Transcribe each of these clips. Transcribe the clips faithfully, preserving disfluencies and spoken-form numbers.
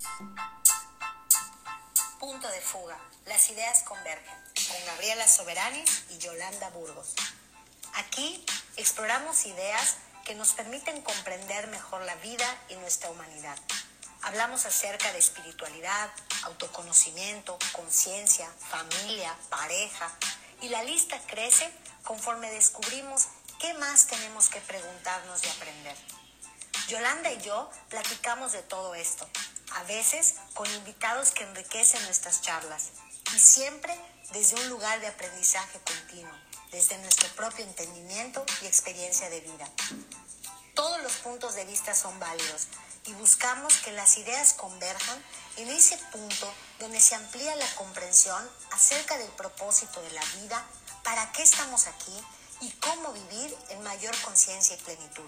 Punto de fuga. Las ideas convergen. Con Gabriela Soberani y Yolanda Burgos. Aquí exploramos ideas que nos permiten comprender mejor la vida y nuestra humanidad. Hablamos acerca de espiritualidad, autoconocimiento, conciencia, familia, pareja, y la lista crece conforme descubrimos qué más tenemos que preguntarnos y aprender. Yolanda y yo platicamos de todo esto, a veces con invitados que enriquecen nuestras charlas, y siempre desde un lugar de aprendizaje continuo, desde nuestro propio entendimiento y experiencia de vida. Todos los puntos de vista son válidos y buscamos que las ideas converjan en ese punto donde se amplía la comprensión acerca del propósito de la vida, para qué estamos aquí y cómo vivir en mayor conciencia y plenitud.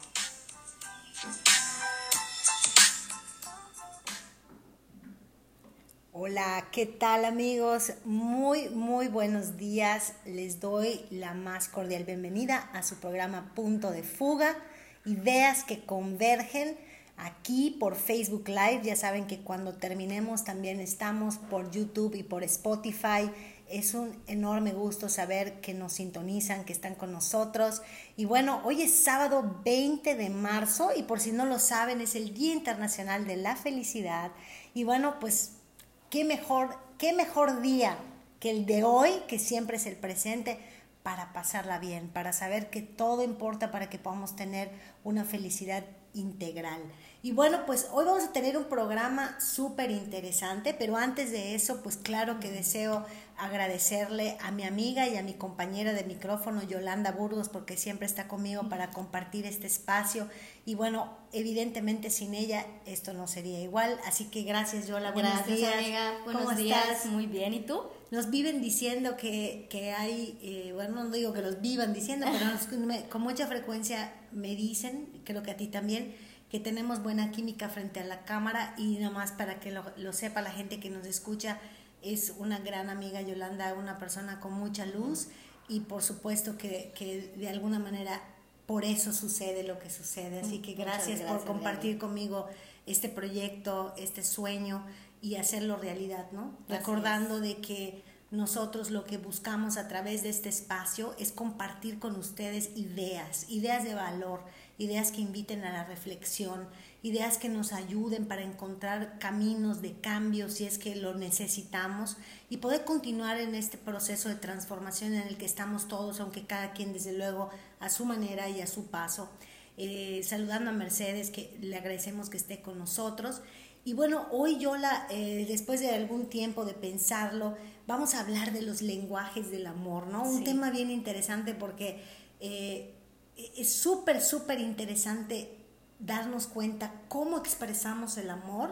Hola, ¿qué tal amigos? Muy, muy buenos días. Les doy la más cordial bienvenida a su programa Punto de Fuga, ideas que convergen aquí por Facebook Live. Ya saben que cuando terminemos también estamos por YouTube y por Spotify. Es un enorme gusto saber que nos sintonizan, que están con nosotros. Y bueno, hoy es sábado veinte de marzo y por si no lo saben, es el Día Internacional de la Felicidad. Y bueno, pues qué mejor, qué mejor día que el de hoy, que siempre es el presente, para pasarla bien, para saber que todo importa para que podamos tener una felicidad integral. Y bueno, pues hoy vamos a tener un programa súper interesante, pero antes de eso, pues claro que deseo agradecerle a mi amiga y a mi compañera de micrófono, Yolanda Burgos, porque siempre está conmigo para compartir este espacio. Y bueno, evidentemente sin ella esto no sería igual, así que gracias, Yola. Buenos gracias, días. Amiga. Buenos ¿Cómo días. estás? Muy bien, ¿y tú? Nos viven diciendo que, que hay, eh, bueno, no digo que los vivan diciendo, pero nos, me, con mucha frecuencia me dicen, creo que a ti también, que tenemos buena química frente a la cámara. Y nada más para que lo, lo sepa la gente que nos escucha, es una gran amiga Yolanda, una persona con mucha luz, y por supuesto que, que de alguna manera por eso sucede lo que sucede. Así que gracias, gracias por compartir Gaby. conmigo este proyecto, este sueño, y hacerlo realidad, ¿no? Así Recordando es. de que nosotros lo que buscamos a través de este espacio es compartir con ustedes ideas, ideas de valor, ideas que inviten a la reflexión, ideas que nos ayuden para encontrar caminos de cambio si es que lo necesitamos, y poder continuar en este proceso de transformación en el que estamos todos, aunque cada quien desde luego a su manera y a su paso. Eh, saludando a Mercedes, que le agradecemos que esté con nosotros. Y bueno, hoy Yola, eh, después de algún tiempo de pensarlo, vamos a hablar de los lenguajes del amor, ¿no? Un sí. tema bien interesante porque eh, es súper, súper interesante darnos cuenta cómo expresamos el amor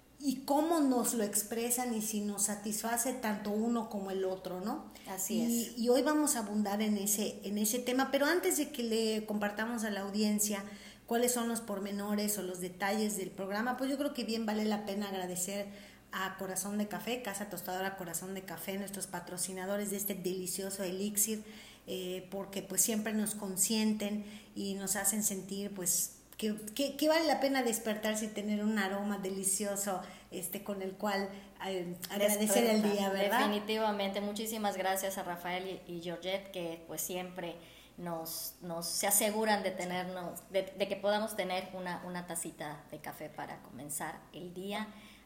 y cómo nos lo expresan y si nos satisface tanto uno como el otro, ¿no? Así y, es. Y hoy vamos a abundar en ese, en ese tema, pero antes de que le compartamos a la audiencia cuáles son los pormenores o los detalles del programa, pues yo creo que bien vale la pena agradecer a Corazón de Café, Casa Tostadora Corazón de Café, nuestros patrocinadores de este delicioso elixir, eh, porque pues siempre nos consienten y nos hacen sentir pues que, que, que vale la pena despertarse y tener un aroma delicioso este, con el cual eh, agradecer el día, ¿verdad? Definitivamente, muchísimas gracias a Rafael y, y Georgette, que pues siempre Nos, nos se aseguran de tenernos, de, de que podamos tener una, una tacita de café para comenzar el día,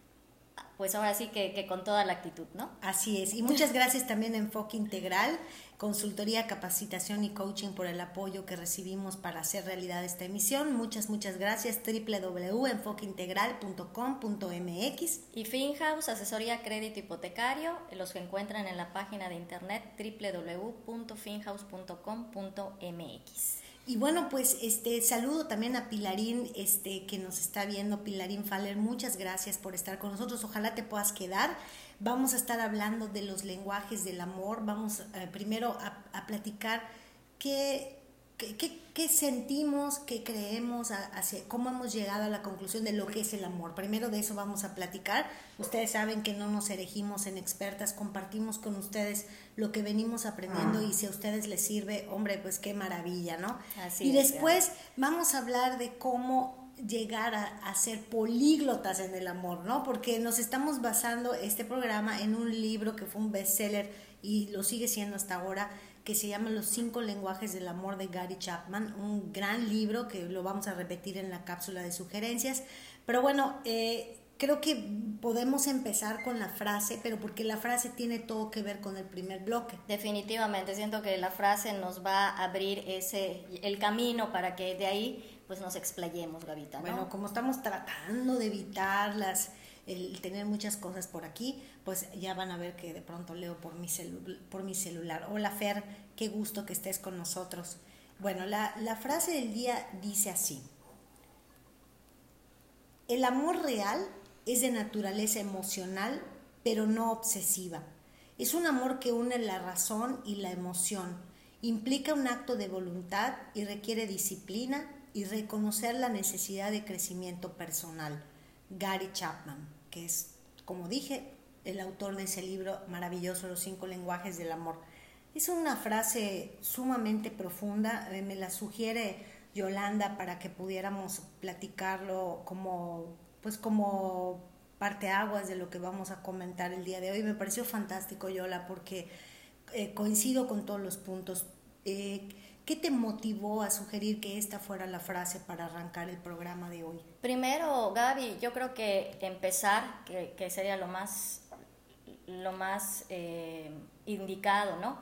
pues ahora sí que, que con toda la actitud, ¿no? Así es, y muchas gracias también a Enfoque Integral, consultoría, capacitación y coaching por el apoyo que recibimos para hacer realidad esta emisión. Muchas, muchas gracias. doble u doble u doble u punto enfoque integral punto com punto m x. Y Finhouse, asesoría crédito hipotecario, los que encuentran en la página de internet doble u doble u doble u punto finhouse punto com punto m x. Y bueno, pues este saludo también a Pilarín, este que nos está viendo, Pilarín Faller, muchas gracias por estar con nosotros. Ojalá te puedas quedar. Vamos a estar hablando de los lenguajes del amor. Vamos eh, primero a, a platicar qué, qué, qué, qué sentimos, qué creemos, hacia, cómo hemos llegado a la conclusión de lo que es el amor. Primero de eso vamos a platicar. Ustedes saben que no nos erigimos en expertas, compartimos con ustedes lo que venimos aprendiendo, y si a ustedes les sirve, hombre, pues qué maravilla, ¿no? Así y es, después claro. Vamos a hablar de cómo llegar a, a ser políglotas en el amor, ¿no? Porque nos estamos basando este programa en un libro que fue un bestseller y lo sigue siendo hasta ahora, que se llama Los cinco lenguajes del amor de Gary Chapman, un gran libro que lo vamos a repetir en la cápsula de sugerencias. Pero bueno, eh, creo que podemos empezar con la frase, pero porque la frase tiene todo que ver con el primer bloque. Definitivamente, siento que la frase nos va a abrir ese, el camino para que de ahí pues nos explayemos, Gavita, ¿no? Bueno, como estamos tratando de evitar las, el tener muchas cosas por aquí, pues ya van a ver que de pronto leo por mi, celu- por mi celular. Hola Fer, qué gusto que estés con nosotros. Bueno, la, la frase del día dice así: el amor real es de naturaleza emocional, pero no obsesiva. Es un amor que une la razón y la emoción. Implica un acto de voluntad y requiere disciplina y reconocer la necesidad de crecimiento personal. Gary Chapman, que es, como dije, el autor de ese libro maravilloso, Los cinco lenguajes del amor. Es una frase sumamente profunda, eh, me la sugiere Yolanda para que pudiéramos platicarlo como, pues como parteaguas de lo que vamos a comentar el día de hoy. Me pareció fantástico, Yola, porque eh, coincido con todos los puntos. Eh, ¿Qué te motivó a sugerir que esta fuera la frase para arrancar el programa de hoy? Primero, Gaby, yo creo que empezar, que, que sería lo más, lo más eh, indicado, ¿no?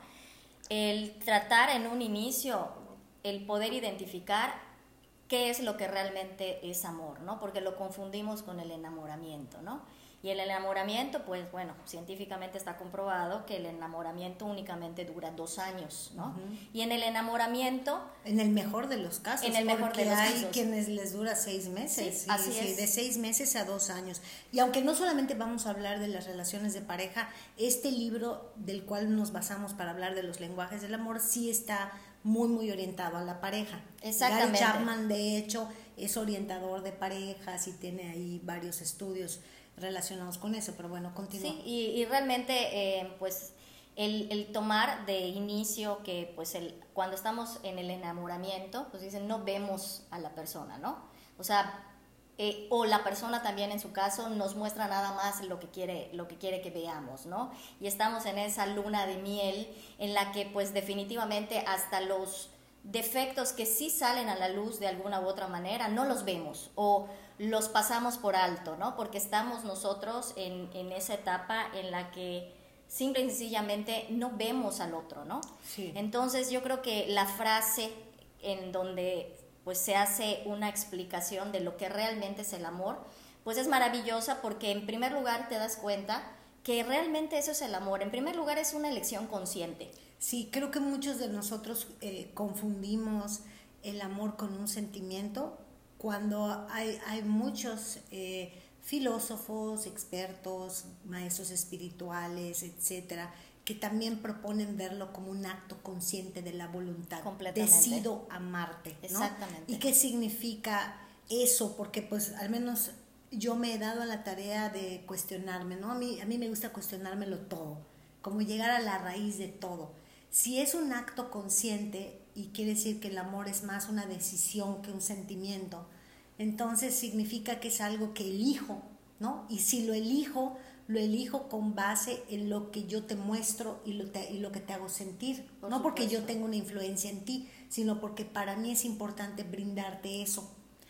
El tratar en un inicio, el poder identificar qué es lo que realmente es amor, ¿no? Porque lo confundimos con el enamoramiento, ¿no? Y el enamoramiento, pues bueno, científicamente está comprobado que el enamoramiento únicamente dura dos años, ¿no? Uh-huh. Y en el enamoramiento... En el mejor de los casos. En el mejor de los hay casos. Hay quienes les dura seis meses. Sí, así sí, es. De seis meses a dos años. Y aunque no solamente vamos a hablar de las relaciones de pareja, este libro del cual nos basamos para hablar de los lenguajes del amor sí está muy, muy orientado a la pareja. Exactamente. Gary Chapman, de hecho, es orientador de parejas y tiene ahí varios estudios relacionados con eso, pero bueno, continúa. Sí, y, y realmente, eh, pues, el, el tomar de inicio que, pues, el, cuando estamos en el enamoramiento, pues dicen, no vemos a la persona, ¿no? O sea, eh, o la persona también en su caso nos muestra nada más lo que quiere, lo que quiere que veamos, ¿no? Y estamos en esa luna de miel en la que, pues, definitivamente hasta los defectos que sí salen a la luz de alguna u otra manera, no los vemos, o los pasamos por alto, ¿no? Porque estamos nosotros en, en esa etapa en la que simple y sencillamente no vemos al otro, ¿no? Sí. Entonces yo creo que la frase en donde pues se hace una explicación de lo que realmente es el amor, pues es maravillosa porque en primer lugar te das cuenta que realmente eso es el amor. En primer lugar es una elección consciente. Sí, creo que muchos de nosotros eh, confundimos el amor con un sentimiento, cuando hay, hay muchos eh, filósofos, expertos, maestros espirituales, etcétera, que también proponen verlo como un acto consciente de la voluntad. Completamente. Decido amarte, ¿no? Exactamente. ¿Y qué significa eso? Porque pues al menos yo me he dado a la tarea de cuestionarme, ¿no? A mí, a mí me gusta cuestionármelo todo, como llegar a la raíz de todo. Si es un acto consciente, y quiere decir que el amor es más una decisión que un sentimiento, entonces significa que es algo que elijo, ¿no? Y si lo elijo, lo elijo con base en lo que yo te muestro y lo, te, y lo que te hago sentir. Por no supuesto. Porque yo tengo una influencia en ti, sino porque para mí es importante brindarte eso.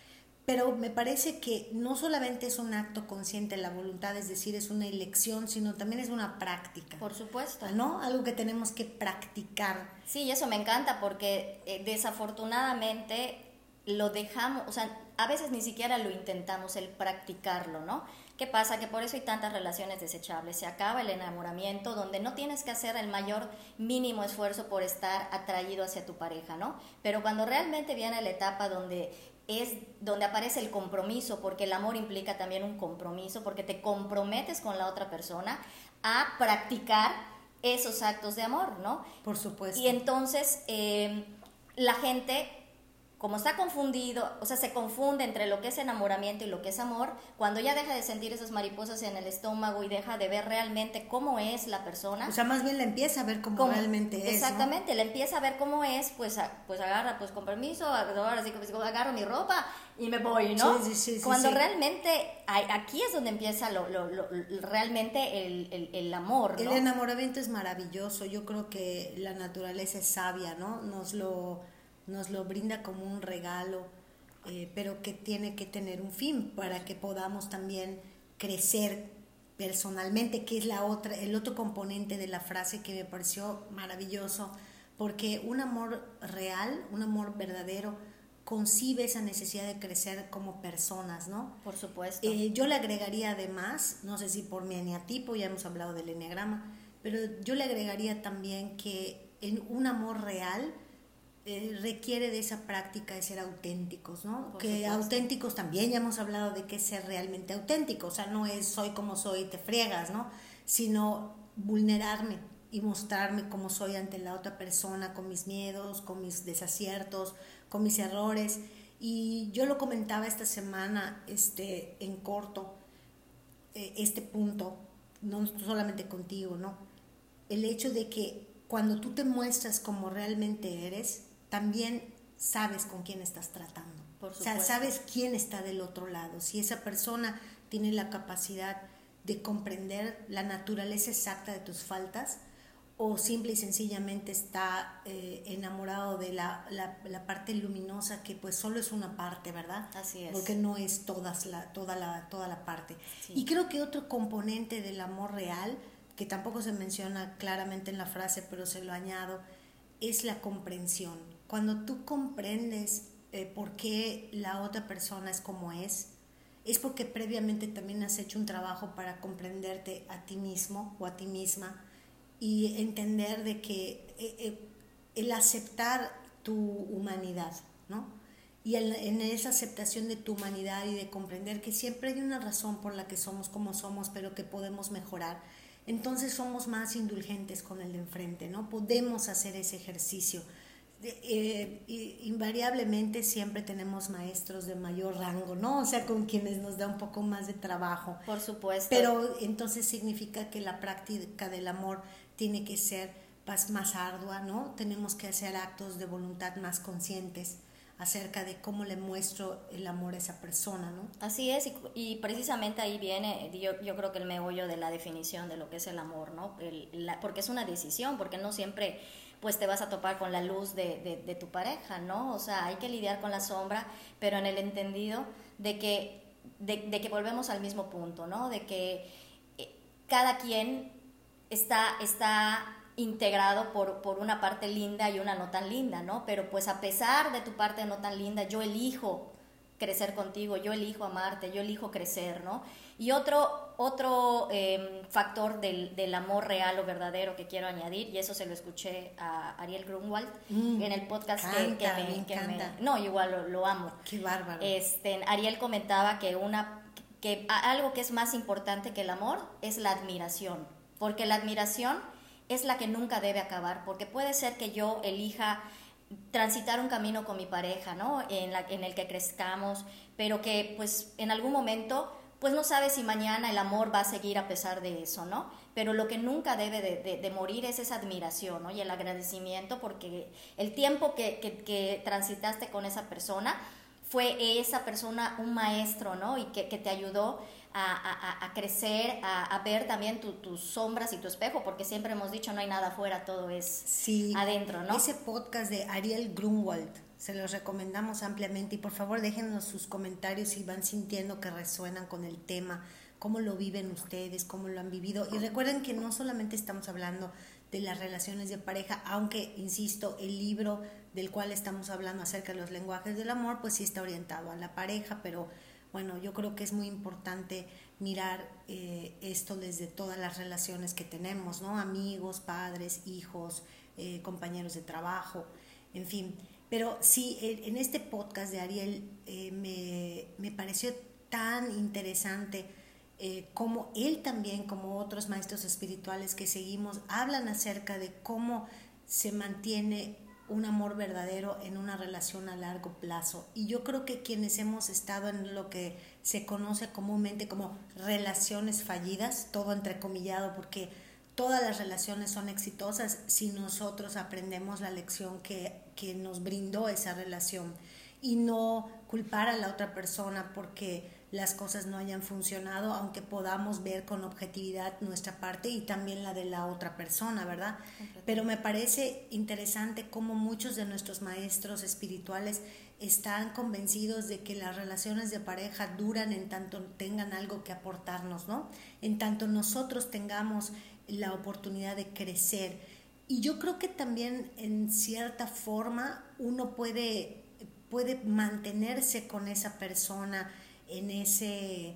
Pero me parece que no solamente es un acto consciente la voluntad, es decir, es una elección, sino también es una práctica. Por supuesto. ¿No? Algo que tenemos que practicar. Sí, y eso me encanta porque eh, desafortunadamente lo dejamos, o sea, a veces ni siquiera lo intentamos, el practicarlo, ¿no? ¿Qué pasa? Que por eso hay tantas relaciones desechables. Se acaba el enamoramiento donde no tienes que hacer el mayor mínimo esfuerzo por estar atraído hacia tu pareja, ¿no? Pero cuando realmente viene la etapa donde es donde aparece el compromiso, porque el amor implica también un compromiso, porque te comprometes con la otra persona a practicar esos actos de amor, ¿no? Por supuesto. Y entonces eh, la gente como está confundido, o sea, se confunde entre lo que es enamoramiento y lo que es amor, cuando ya deja de sentir esas mariposas en el estómago y deja de ver realmente cómo es la persona. O sea, más bien la empieza a ver cómo, cómo realmente es, exactamente, ¿no? la empieza a ver cómo es, pues, a, pues agarra, pues con permiso, ahora sí, pues, agarro mi ropa y me voy, ¿no? Sí, sí, sí, sí, cuando sí. realmente, hay, aquí es donde empieza lo, lo, lo, realmente el, el, el amor, ¿no? El enamoramiento es maravilloso, yo creo que la naturaleza es sabia, ¿no? Nos lo... nos lo brinda como un regalo, eh, pero que tiene que tener un fin para que podamos también crecer personalmente, que es la otra, el otro componente de la frase que me pareció maravilloso, porque un amor real, un amor verdadero, concibe esa necesidad de crecer como personas, ¿no? Por supuesto. Eh, yo le agregaría además, no sé si por mi eneatipo, ya hemos hablado del eneagrama, pero yo le agregaría también que en un amor real, Eh, requiere de esa práctica de ser auténticos, ¿no? Por que supuesto. Auténticos también, ya hemos hablado de qué es ser realmente auténtico, o sea, no es soy como soy y te friegas, ¿no? Sino vulnerarme y mostrarme como soy ante la otra persona, con mis miedos, con mis desaciertos, con mis errores. Y yo lo comentaba esta semana este, en corto, eh, este punto, no solamente contigo, ¿no? El hecho de que cuando tú te muestras como realmente eres, también sabes con quién estás tratando. Por supuesto. O sea, sabes quién está del otro lado. Si esa persona tiene la capacidad de comprender la naturaleza exacta de tus faltas, o simple y sencillamente está eh, enamorado de la, la, la parte luminosa, que pues solo es una parte, ¿verdad? Así es. Porque no es todas la, toda, la, toda la parte. Sí. Y creo que otro componente del amor real, que tampoco se menciona claramente en la frase, pero se lo añado, es la comprensión. Cuando tú comprendes eh, por qué la otra persona es como es, es porque previamente también has hecho un trabajo para comprenderte a ti mismo o a ti misma, y entender de que eh, eh, el aceptar tu humanidad, ¿no? Y el, en esa aceptación de tu humanidad y de comprender que siempre hay una razón por la que somos como somos, pero que podemos mejorar, entonces somos más indulgentes con el de enfrente, ¿no? Podemos hacer ese ejercicio. Eh, eh, invariablemente siempre tenemos maestros de mayor rango, ¿no? O sea, con quienes nos da un poco más de trabajo. Por supuesto. Pero entonces significa que la práctica del amor tiene que ser más, más ardua, ¿no? Tenemos que hacer actos de voluntad más conscientes acerca de cómo le muestro el amor a esa persona, ¿no? Así es, y, y precisamente ahí viene, yo, yo creo que el meollo de la definición de lo que es el amor, ¿no? El, la, porque es una decisión, porque no siempre pues te vas a topar con la luz de, de, de tu pareja, ¿no? O sea, hay que lidiar con la sombra, pero en el entendido de que, de, de que volvemos al mismo punto, ¿no? De que eh, cada quien está... está integrado por, por una parte linda y una no tan linda, ¿no? Pero pues a pesar de tu parte no tan linda, yo elijo crecer contigo, yo elijo amarte, yo elijo crecer, ¿no? Y otro, otro eh, factor del, del amor real o verdadero que quiero añadir, y eso se lo escuché a Ariel Grunwald mm, en el podcast canta, que, que, me, me que encanta. me... No, igual lo, lo amo. Qué bárbaro. Este, Ariel comentaba que, una, que algo que es más importante que el amor es la admiración, porque la admiración es la que nunca debe acabar, porque puede ser que yo elija transitar un camino con mi pareja, ¿no? En, la, en el que crezcamos, pero que pues en algún momento pues no sabes si mañana el amor va a seguir a pesar de eso, ¿no? Pero lo que nunca debe de, de, de morir es esa admiración, ¿no? Y el agradecimiento, porque el tiempo que, que, que transitaste con esa persona fue esa persona un maestro, ¿no? Y que, que te ayudó a, a, a crecer, a, a ver también tu, tus sombras y tu espejo, porque siempre hemos dicho no hay nada afuera, todo es sí, adentro, ¿no? Ese podcast de Ariel Grunwald se los recomendamos ampliamente, y por favor déjenos sus comentarios si van sintiendo que resuenan con el tema, cómo lo viven ustedes, cómo lo han vivido. Y recuerden que no solamente estamos hablando de las relaciones de pareja, aunque, insisto, el libro del cual estamos hablando acerca de los lenguajes del amor, pues sí está orientado a la pareja, pero bueno, yo creo que es muy importante mirar eh, esto desde todas las relaciones que tenemos, ¿no? Amigos, padres, hijos, eh, compañeros de trabajo, en fin. Pero sí, en este podcast de Ariel eh, me, me pareció tan interesante eh, cómo él también, como otros maestros espirituales que seguimos, hablan acerca de cómo se mantiene un amor verdadero en una relación a largo plazo. Y yo creo que quienes hemos estado en lo que se conoce comúnmente como relaciones fallidas, todo entrecomillado, porque todas las relaciones son exitosas si nosotros aprendemos la lección que, que nos brindó esa relación y no culpar a la otra persona porque las cosas no hayan funcionado, aunque podamos ver con objetividad nuestra parte y también la de la otra persona, ¿verdad? Pero me parece interesante cómo muchos de nuestros maestros espirituales están convencidos de que las relaciones de pareja duran en tanto tengan algo que aportarnos, ¿no? En tanto nosotros tengamos la oportunidad de crecer. Y yo creo que también en cierta forma uno puede, puede mantenerse con esa persona en ese,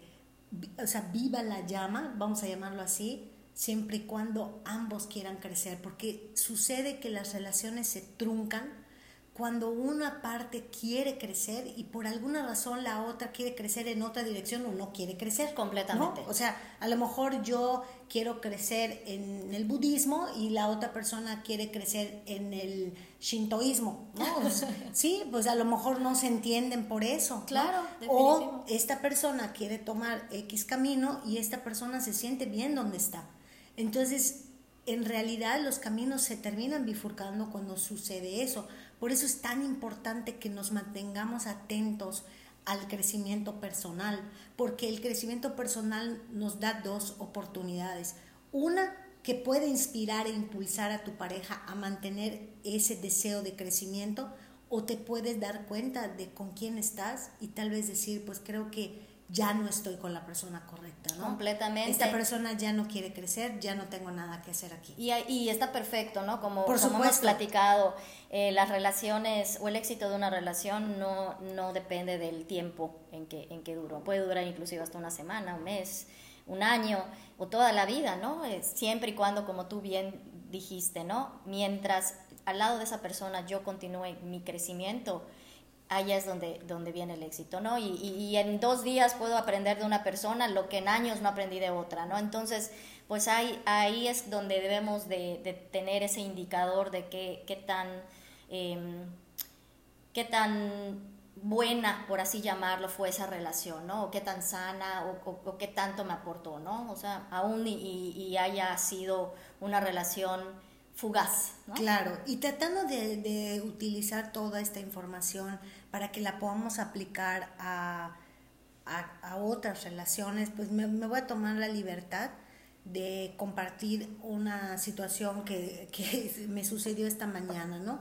o sea, viva la llama, vamos a llamarlo así, siempre y cuando ambos quieran crecer, porque sucede que las relaciones se truncan cuando una parte quiere crecer y por alguna razón la otra quiere crecer en otra dirección o no quiere crecer. Completamente. ¿No? O sea, a lo mejor yo quiero crecer en el budismo y la otra persona quiere crecer en el shintoísmo, ¿no? Pues, sí, pues a lo mejor no se entienden por eso. Claro, ¿no? definitivo. O esta persona quiere tomar X camino y esta persona se siente bien donde está. Entonces, en realidad los caminos se terminan bifurcando cuando sucede eso. Por eso es tan importante que nos mantengamos atentos al crecimiento personal, porque el crecimiento personal nos da dos oportunidades. Una, que puede inspirar e impulsar a tu pareja a mantener ese deseo de crecimiento, o te puedes dar cuenta de con quién estás y tal vez decir, pues creo que ya no estoy con la persona correcta, ¿no? Completamente. Esta persona ya no quiere crecer, ya no tengo nada que hacer aquí. Y, y está perfecto, ¿no? Como, Por como hemos supuesto. platicado, eh, las relaciones o el éxito de una relación no, no depende del tiempo en que, en que duró. Puede durar inclusive hasta una semana, un mes, un año o toda la vida, ¿no? Eh, siempre y cuando, como tú bien dijiste, ¿no? Mientras al lado de esa persona yo continúe mi crecimiento, allá es donde, donde viene el éxito, ¿no? Y, y, y en dos días puedo aprender de una persona lo que en años no aprendí de otra, ¿no? Entonces, pues ahí, ahí es donde debemos de, de tener ese indicador de qué, qué tan, eh, qué tan buena, por así llamarlo, fue esa relación, ¿no? O qué tan sana o, o, o qué tanto me aportó, ¿no? O sea, aún y, y haya sido una relación fugaz, ¿no? Claro, y tratando de, de utilizar toda esta información para que la podamos aplicar a, a, a otras relaciones, pues me, me voy a tomar la libertad de compartir una situación que, que me sucedió esta mañana, ¿no?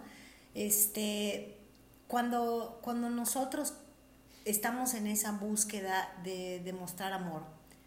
Este, cuando, cuando nosotros estamos en esa búsqueda de demostrar amor,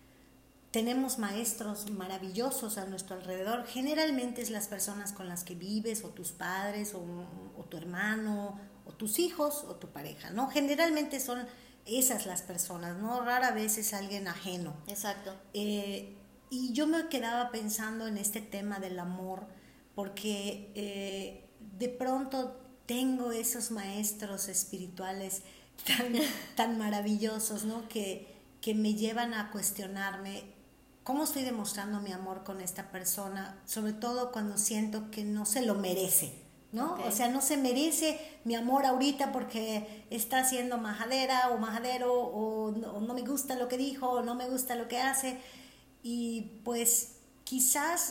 tenemos maestros maravillosos a nuestro alrededor. Generalmente es las personas con las que vives, o tus padres, o, o tu hermano, o tus hijos, o tu pareja, ¿no? Generalmente son esas las personas, ¿no? Rara vez es alguien ajeno. Exacto. Eh, y yo me quedaba pensando en este tema del amor, porque eh, de pronto tengo esos maestros espirituales tan, tan maravillosos, ¿no? Que, que me llevan a cuestionarme cómo estoy demostrando mi amor con esta persona, sobre todo cuando siento que no se lo merece, ¿no? Okay. O sea, no se merece mi amor ahorita porque está siendo majadera o majadero, o, o no me gusta lo que dijo, o no me gusta lo que hace. Y pues quizás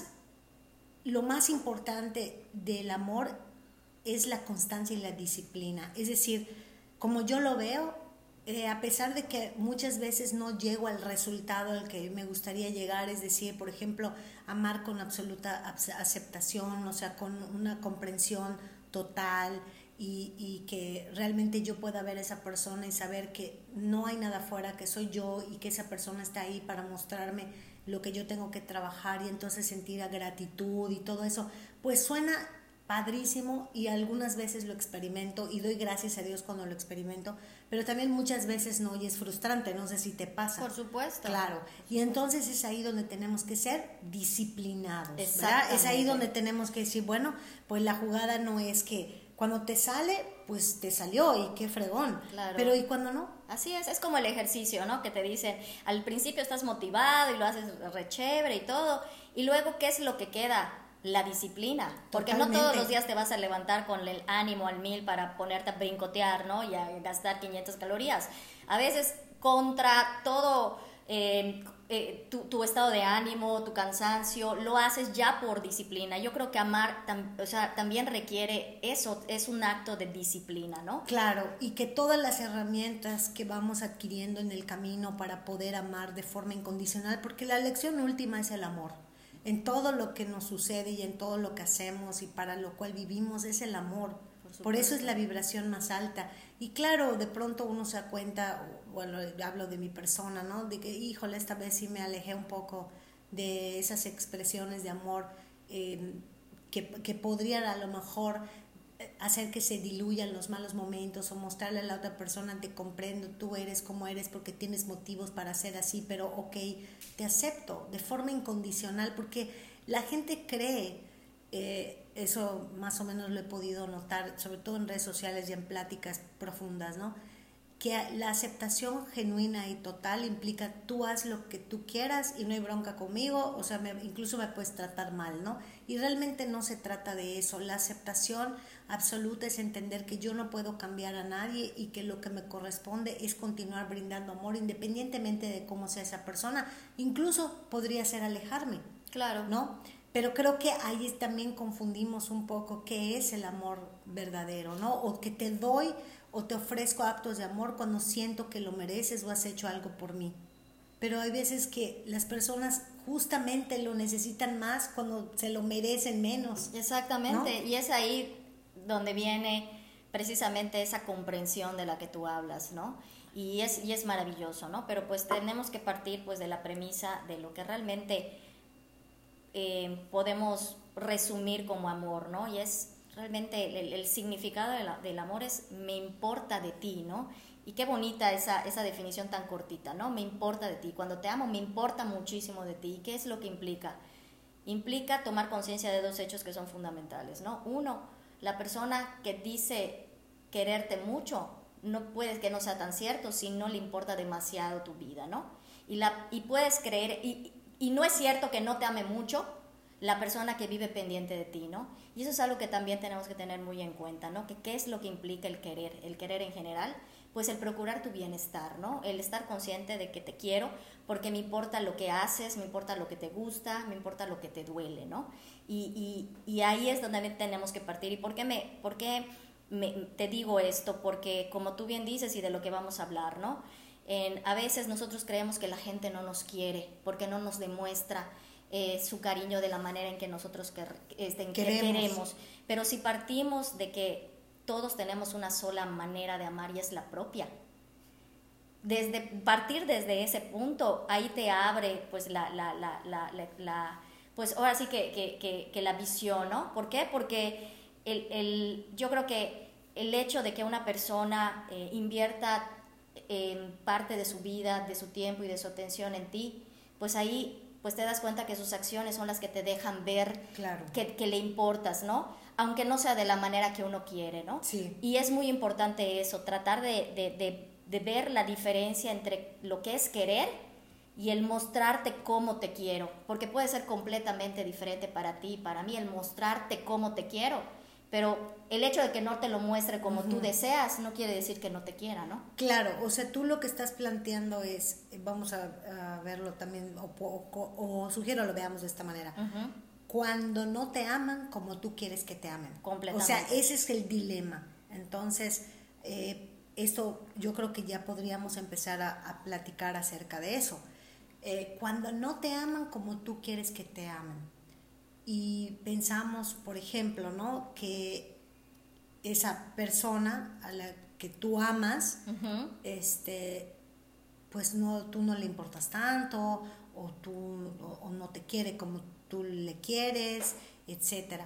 lo más importante del amor es la constancia y la disciplina. Es decir, como yo lo veo, Eh, a pesar de que muchas veces no llego al resultado al que me gustaría llegar, es decir, por ejemplo, amar con absoluta aceptación, o sea, con una comprensión total y, y que realmente yo pueda ver a esa persona y saber que no hay nada afuera, que soy yo y que esa persona está ahí para mostrarme lo que yo tengo que trabajar y entonces sentir gratitud y todo eso, pues suena padrísimo y algunas veces lo experimento y doy gracias a Dios cuando lo experimento, pero también muchas veces no, y es frustrante, no sé si te pasa. Por supuesto. Claro, y entonces es ahí donde tenemos que ser disciplinados, ¿verdad? Exactamente. Es ahí donde tenemos que decir, bueno, pues la jugada no es que cuando te sale, pues te salió y qué fregón, Claro. Pero ¿y cuando no? Así es, es como el ejercicio, ¿no? Que te dicen, al principio estás motivado y lo haces re chévere y todo, y luego, ¿qué es lo que queda? la disciplina, porque Totalmente. no todos los días te vas a levantar con el ánimo al mil para ponerte a brincotear, ¿no? Y a gastar quinientas calorías. A veces contra todo eh, eh, tu, tu estado de ánimo, tu cansancio, lo haces ya por disciplina. Yo creo que amar tam, o sea, también requiere eso, es un acto de disciplina, ¿no? Claro, y que todas las herramientas que vamos adquiriendo en el camino para poder amar de forma incondicional, porque la lección última es el amor. En todo lo que nos sucede y en todo lo que hacemos y para lo cual vivimos es el amor. Por, Por eso es la vibración más alta. Y claro, de pronto uno se da cuenta, bueno, hablo de mi persona, ¿no? De que, híjole, esta vez sí me alejé un poco de esas expresiones de amor eh, que, que podrían a lo mejor hacer que se diluyan los malos momentos o mostrarle a la otra persona, te comprendo, tú eres como eres porque tienes motivos para ser así, pero ok, te acepto de forma incondicional, porque la gente cree, eh, eso más o menos lo he podido notar, sobre todo en redes sociales y en pláticas profundas, ¿no? Que la aceptación genuina y total implica tú haz lo que tú quieras y no hay bronca conmigo, o sea, me, incluso me puedes tratar mal, ¿no? Y realmente no se trata de eso. La aceptación absoluta es entender que yo no puedo cambiar a nadie y que lo que me corresponde es continuar brindando amor independientemente de cómo sea esa persona. Incluso podría ser alejarme, claro, ¿no? Pero creo que ahí también confundimos un poco qué es el amor verdadero, ¿no? O que te doy o te ofrezco actos de amor cuando siento que lo mereces o has hecho algo por mí. Pero hay veces que las personas justamente lo necesitan más cuando se lo merecen menos. Exactamente, ¿no? Y es ahí donde viene precisamente esa comprensión de la que tú hablas, ¿no? Y es, y es maravilloso, ¿no? Pero pues tenemos que partir pues de la premisa de lo que realmente eh, podemos resumir como amor, ¿no? Y es realmente el, el significado de la, del amor es me importa de ti, ¿no? Y qué bonita esa, esa definición tan cortita, ¿no? Me importa de ti. Cuando te amo, me importa muchísimo de ti. ¿Y qué es lo que implica? Implica tomar conciencia de dos hechos que son fundamentales, ¿no? Uno, la persona que dice quererte mucho, no puede que no sea tan cierto si no le importa demasiado tu vida, ¿no? Y, la, y puedes creer, y, y no es cierto que no te ame mucho la persona que vive pendiente de ti, ¿no? Y eso es algo que también tenemos que tener muy en cuenta, ¿no? Que qué es lo que implica el querer, el querer en general, pues el procurar tu bienestar, ¿no? El estar consciente de que te quiero porque me importa lo que haces, me importa lo que te gusta, me importa lo que te duele, ¿no? Y, y, y ahí es donde tenemos que partir. ¿Y por qué, me, por qué me, te digo esto? Porque como tú bien dices y de lo que vamos a hablar, ¿no? En, a veces nosotros creemos que la gente no nos quiere porque no nos demuestra Eh, su cariño de la manera en que nosotros que, este, queremos. queremos. Pero si partimos de que todos tenemos una sola manera de amar y es la propia, desde partir desde ese punto, ahí te abre pues la, la, la, la, la, la pues ahora sí que, que, que, que la visión, ¿no? ¿Por qué? Porque el, el, yo creo que el hecho de que una persona eh, invierta eh, parte de su vida, de su tiempo y de su atención en ti, pues ahí pues te das cuenta que sus acciones son las que te dejan ver claro. que, que le importas, ¿no? Aunque no sea de la manera que uno quiere, ¿no? Sí. Y es muy importante eso, tratar de, de, de, de ver la diferencia entre lo que es querer y el mostrarte cómo te quiero, porque puede ser completamente diferente para ti y para mí el mostrarte cómo te quiero, pero el hecho de que no te lo muestre como uh-huh. tú deseas no quiere decir que no te quiera, ¿no? Claro, o sea, tú lo que estás planteando es, vamos a, a verlo también, o, o, o sugiero lo veamos de esta manera, uh-huh. cuando no te aman como tú quieres que te amen. Completamente. O sea, ese es el dilema. Entonces, eh, esto yo creo que ya podríamos empezar a, a platicar acerca de eso. Eh, cuando no te aman como tú quieres que te amen. Y pensamos, por ejemplo, ¿no? Que esa persona a la que tú amas, uh-huh. este, pues no, tú no le importas tanto, o tú o, o no te quiere como tú le quieres, etcétera.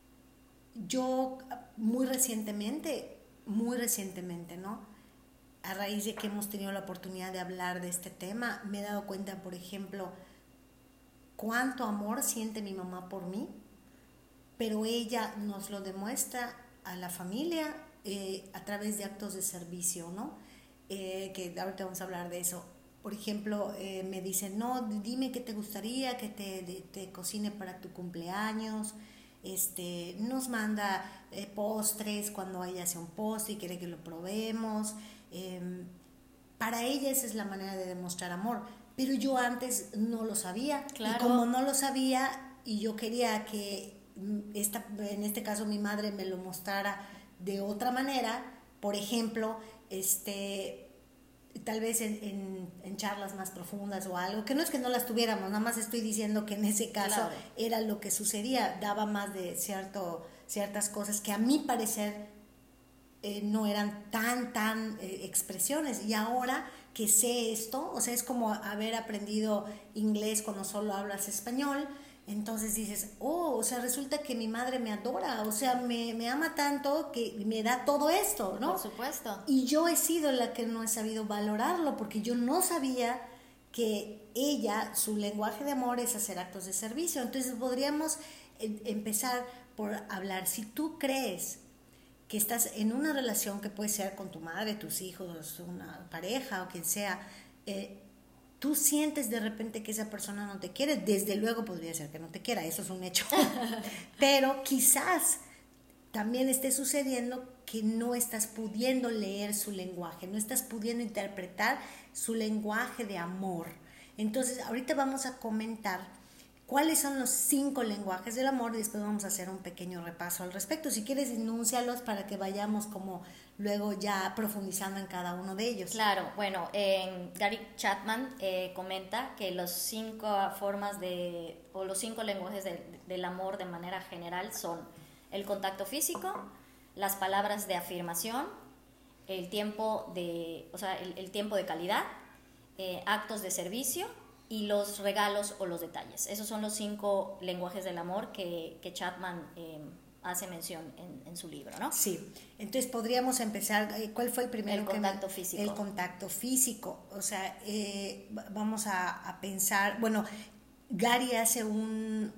Yo muy recientemente, muy recientemente, ¿no? A raíz de que hemos tenido la oportunidad de hablar de este tema, me he dado cuenta, por ejemplo, cuánto amor siente mi mamá por mí, pero ella nos lo demuestra a la familia eh, a través de actos de servicio, ¿no? Eh, que ahorita vamos a hablar de eso. por ejemplo, eh, me dicen, no, dime qué te gustaría que te, de, te cocine para tu cumpleaños. Este, nos manda eh, postres cuando ella hace un postre y quiere que lo probemos. Eh, para ella esa es la manera de demostrar amor. Pero yo antes no lo sabía. Claro. Y como no lo sabía y yo quería que, esta, en este caso mi madre me lo mostrara de otra manera, por ejemplo, este... tal vez en, en, en charlas más profundas o algo, que no es que no las tuviéramos, nada más estoy diciendo que en ese caso claro. era lo que sucedía, daba más de cierto, ciertas cosas que a mi parecer eh, no eran tan, tan eh, expresiones, y ahora que sé esto, o sea, es como haber aprendido inglés cuando solo hablas español. Entonces dices, oh, o sea, resulta que mi madre me adora, o sea, me, me ama tanto que me da todo esto, ¿no? Por supuesto. Y yo he sido la que no he sabido valorarlo, porque yo no sabía que ella, su lenguaje de amor es hacer actos de servicio. Entonces podríamos eh, empezar por hablar. Si tú crees que estás en una relación que puede ser con tu madre, tus hijos, una pareja o quien sea, eh, tú sientes de repente que esa persona no te quiere, desde luego podría ser que no te quiera, eso es un hecho, pero quizás también esté sucediendo que no estás pudiendo leer su lenguaje, no estás pudiendo interpretar su lenguaje de amor. Entonces, ahorita vamos a comentar cuáles son los cinco lenguajes del amor y después vamos a hacer un pequeño repaso al respecto. Si quieres, enúncialos para que vayamos como luego ya profundizando en cada uno de ellos. Claro, bueno, eh, Gary Chapman eh, comenta que las cinco formas de, o los cinco lenguajes de, del amor de manera general son el contacto físico, las palabras de afirmación, el tiempo de, o sea, el, el tiempo de calidad, eh, actos de servicio y los regalos o los detalles. Esos son los cinco lenguajes del amor que, que Chapman eh, hace mención en, en su libro, ¿no? Sí, entonces podríamos empezar, ¿cuál fue el primero? El contacto que me, físico. El contacto físico, o sea, eh, vamos a, a pensar, bueno, Gary hace un,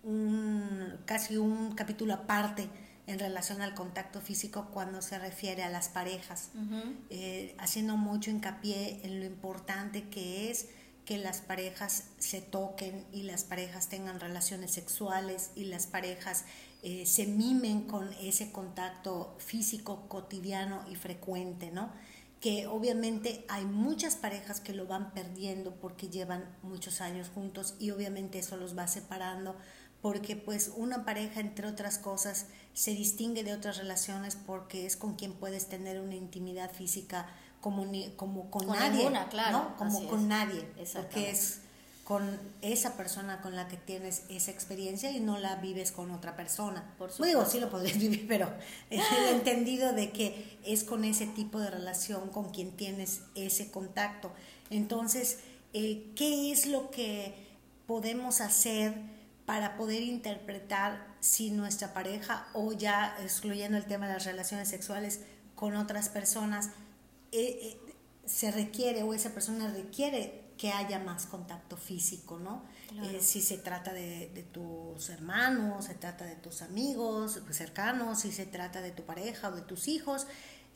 un, casi un capítulo aparte en relación al contacto físico cuando se refiere a las parejas, uh-huh. eh, haciendo mucho hincapié en lo importante que es que las parejas se toquen y las parejas tengan relaciones sexuales y las parejas eh, se mimen con ese contacto físico cotidiano y frecuente, ¿no? Que obviamente hay muchas parejas que lo van perdiendo porque llevan muchos años juntos y obviamente eso los va separando, porque pues una pareja, entre otras cosas, se distingue de otras relaciones porque es con quien puedes tener una intimidad física como, ni, como con, con nadie, ninguna, claro, ¿no? Como así con es. nadie, porque es con esa persona con la que tienes esa experiencia y no la vives con otra persona. Por no digo, sí lo podrías vivir, pero es el entendido de que es con ese tipo de relación con quien tienes ese contacto. Entonces, eh, ¿qué es lo que podemos hacer para poder interpretar si nuestra pareja, o ya excluyendo el tema de las relaciones sexuales con otras personas, eh, eh, se requiere o esa persona requiere que haya más contacto físico, ¿no? Claro. Eh, si se trata de, de tus hermanos, se trata de tus amigos cercanos, si se trata de tu pareja o de tus hijos,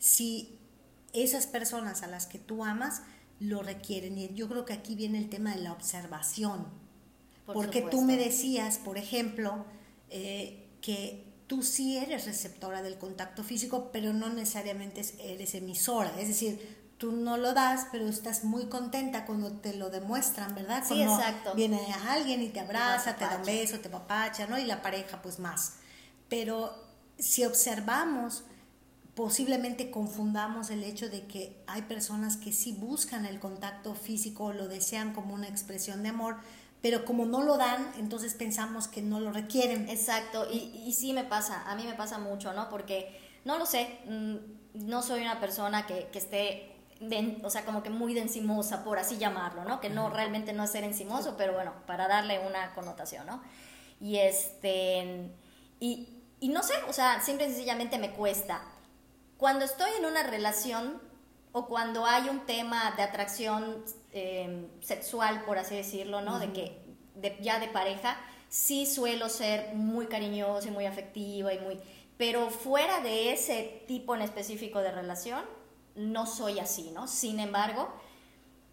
si esas personas a las que tú amas lo requieren. Y yo creo que aquí viene el tema de la observación, por porque supuesto. Tú me decías, por ejemplo, eh, que tú sí eres receptora del contacto físico, pero no necesariamente eres emisora, es decir, tú no lo das, pero estás muy contenta cuando te lo demuestran, ¿verdad? Sí, cuando exacto. Viene alguien y te abraza, te da un beso, te papacha, ¿no? Y la pareja pues más. Pero si observamos, posiblemente confundamos el hecho de que hay personas que sí buscan el contacto físico, lo desean como una expresión de amor, pero como no lo dan, entonces pensamos que no lo requieren. Exacto, y, y sí me pasa, a mí me pasa mucho, ¿no? Porque, no lo sé, no soy una persona que, que esté... Den, o sea, como que muy de encimosa, por así llamarlo, ¿no? Que no, realmente no es ser encimoso, pero bueno, para darle una connotación, ¿no? Y este, y, y no sé, o sea, simple y sencillamente me cuesta. Cuando estoy en una relación o cuando hay un tema de atracción eh, sexual, por así decirlo, ¿no? Uh-huh. De que, de, ya de pareja, sí suelo ser muy cariñosa y muy afectiva y muy... Pero fuera de ese tipo en específico de relación, no soy así, ¿no? Sin embargo,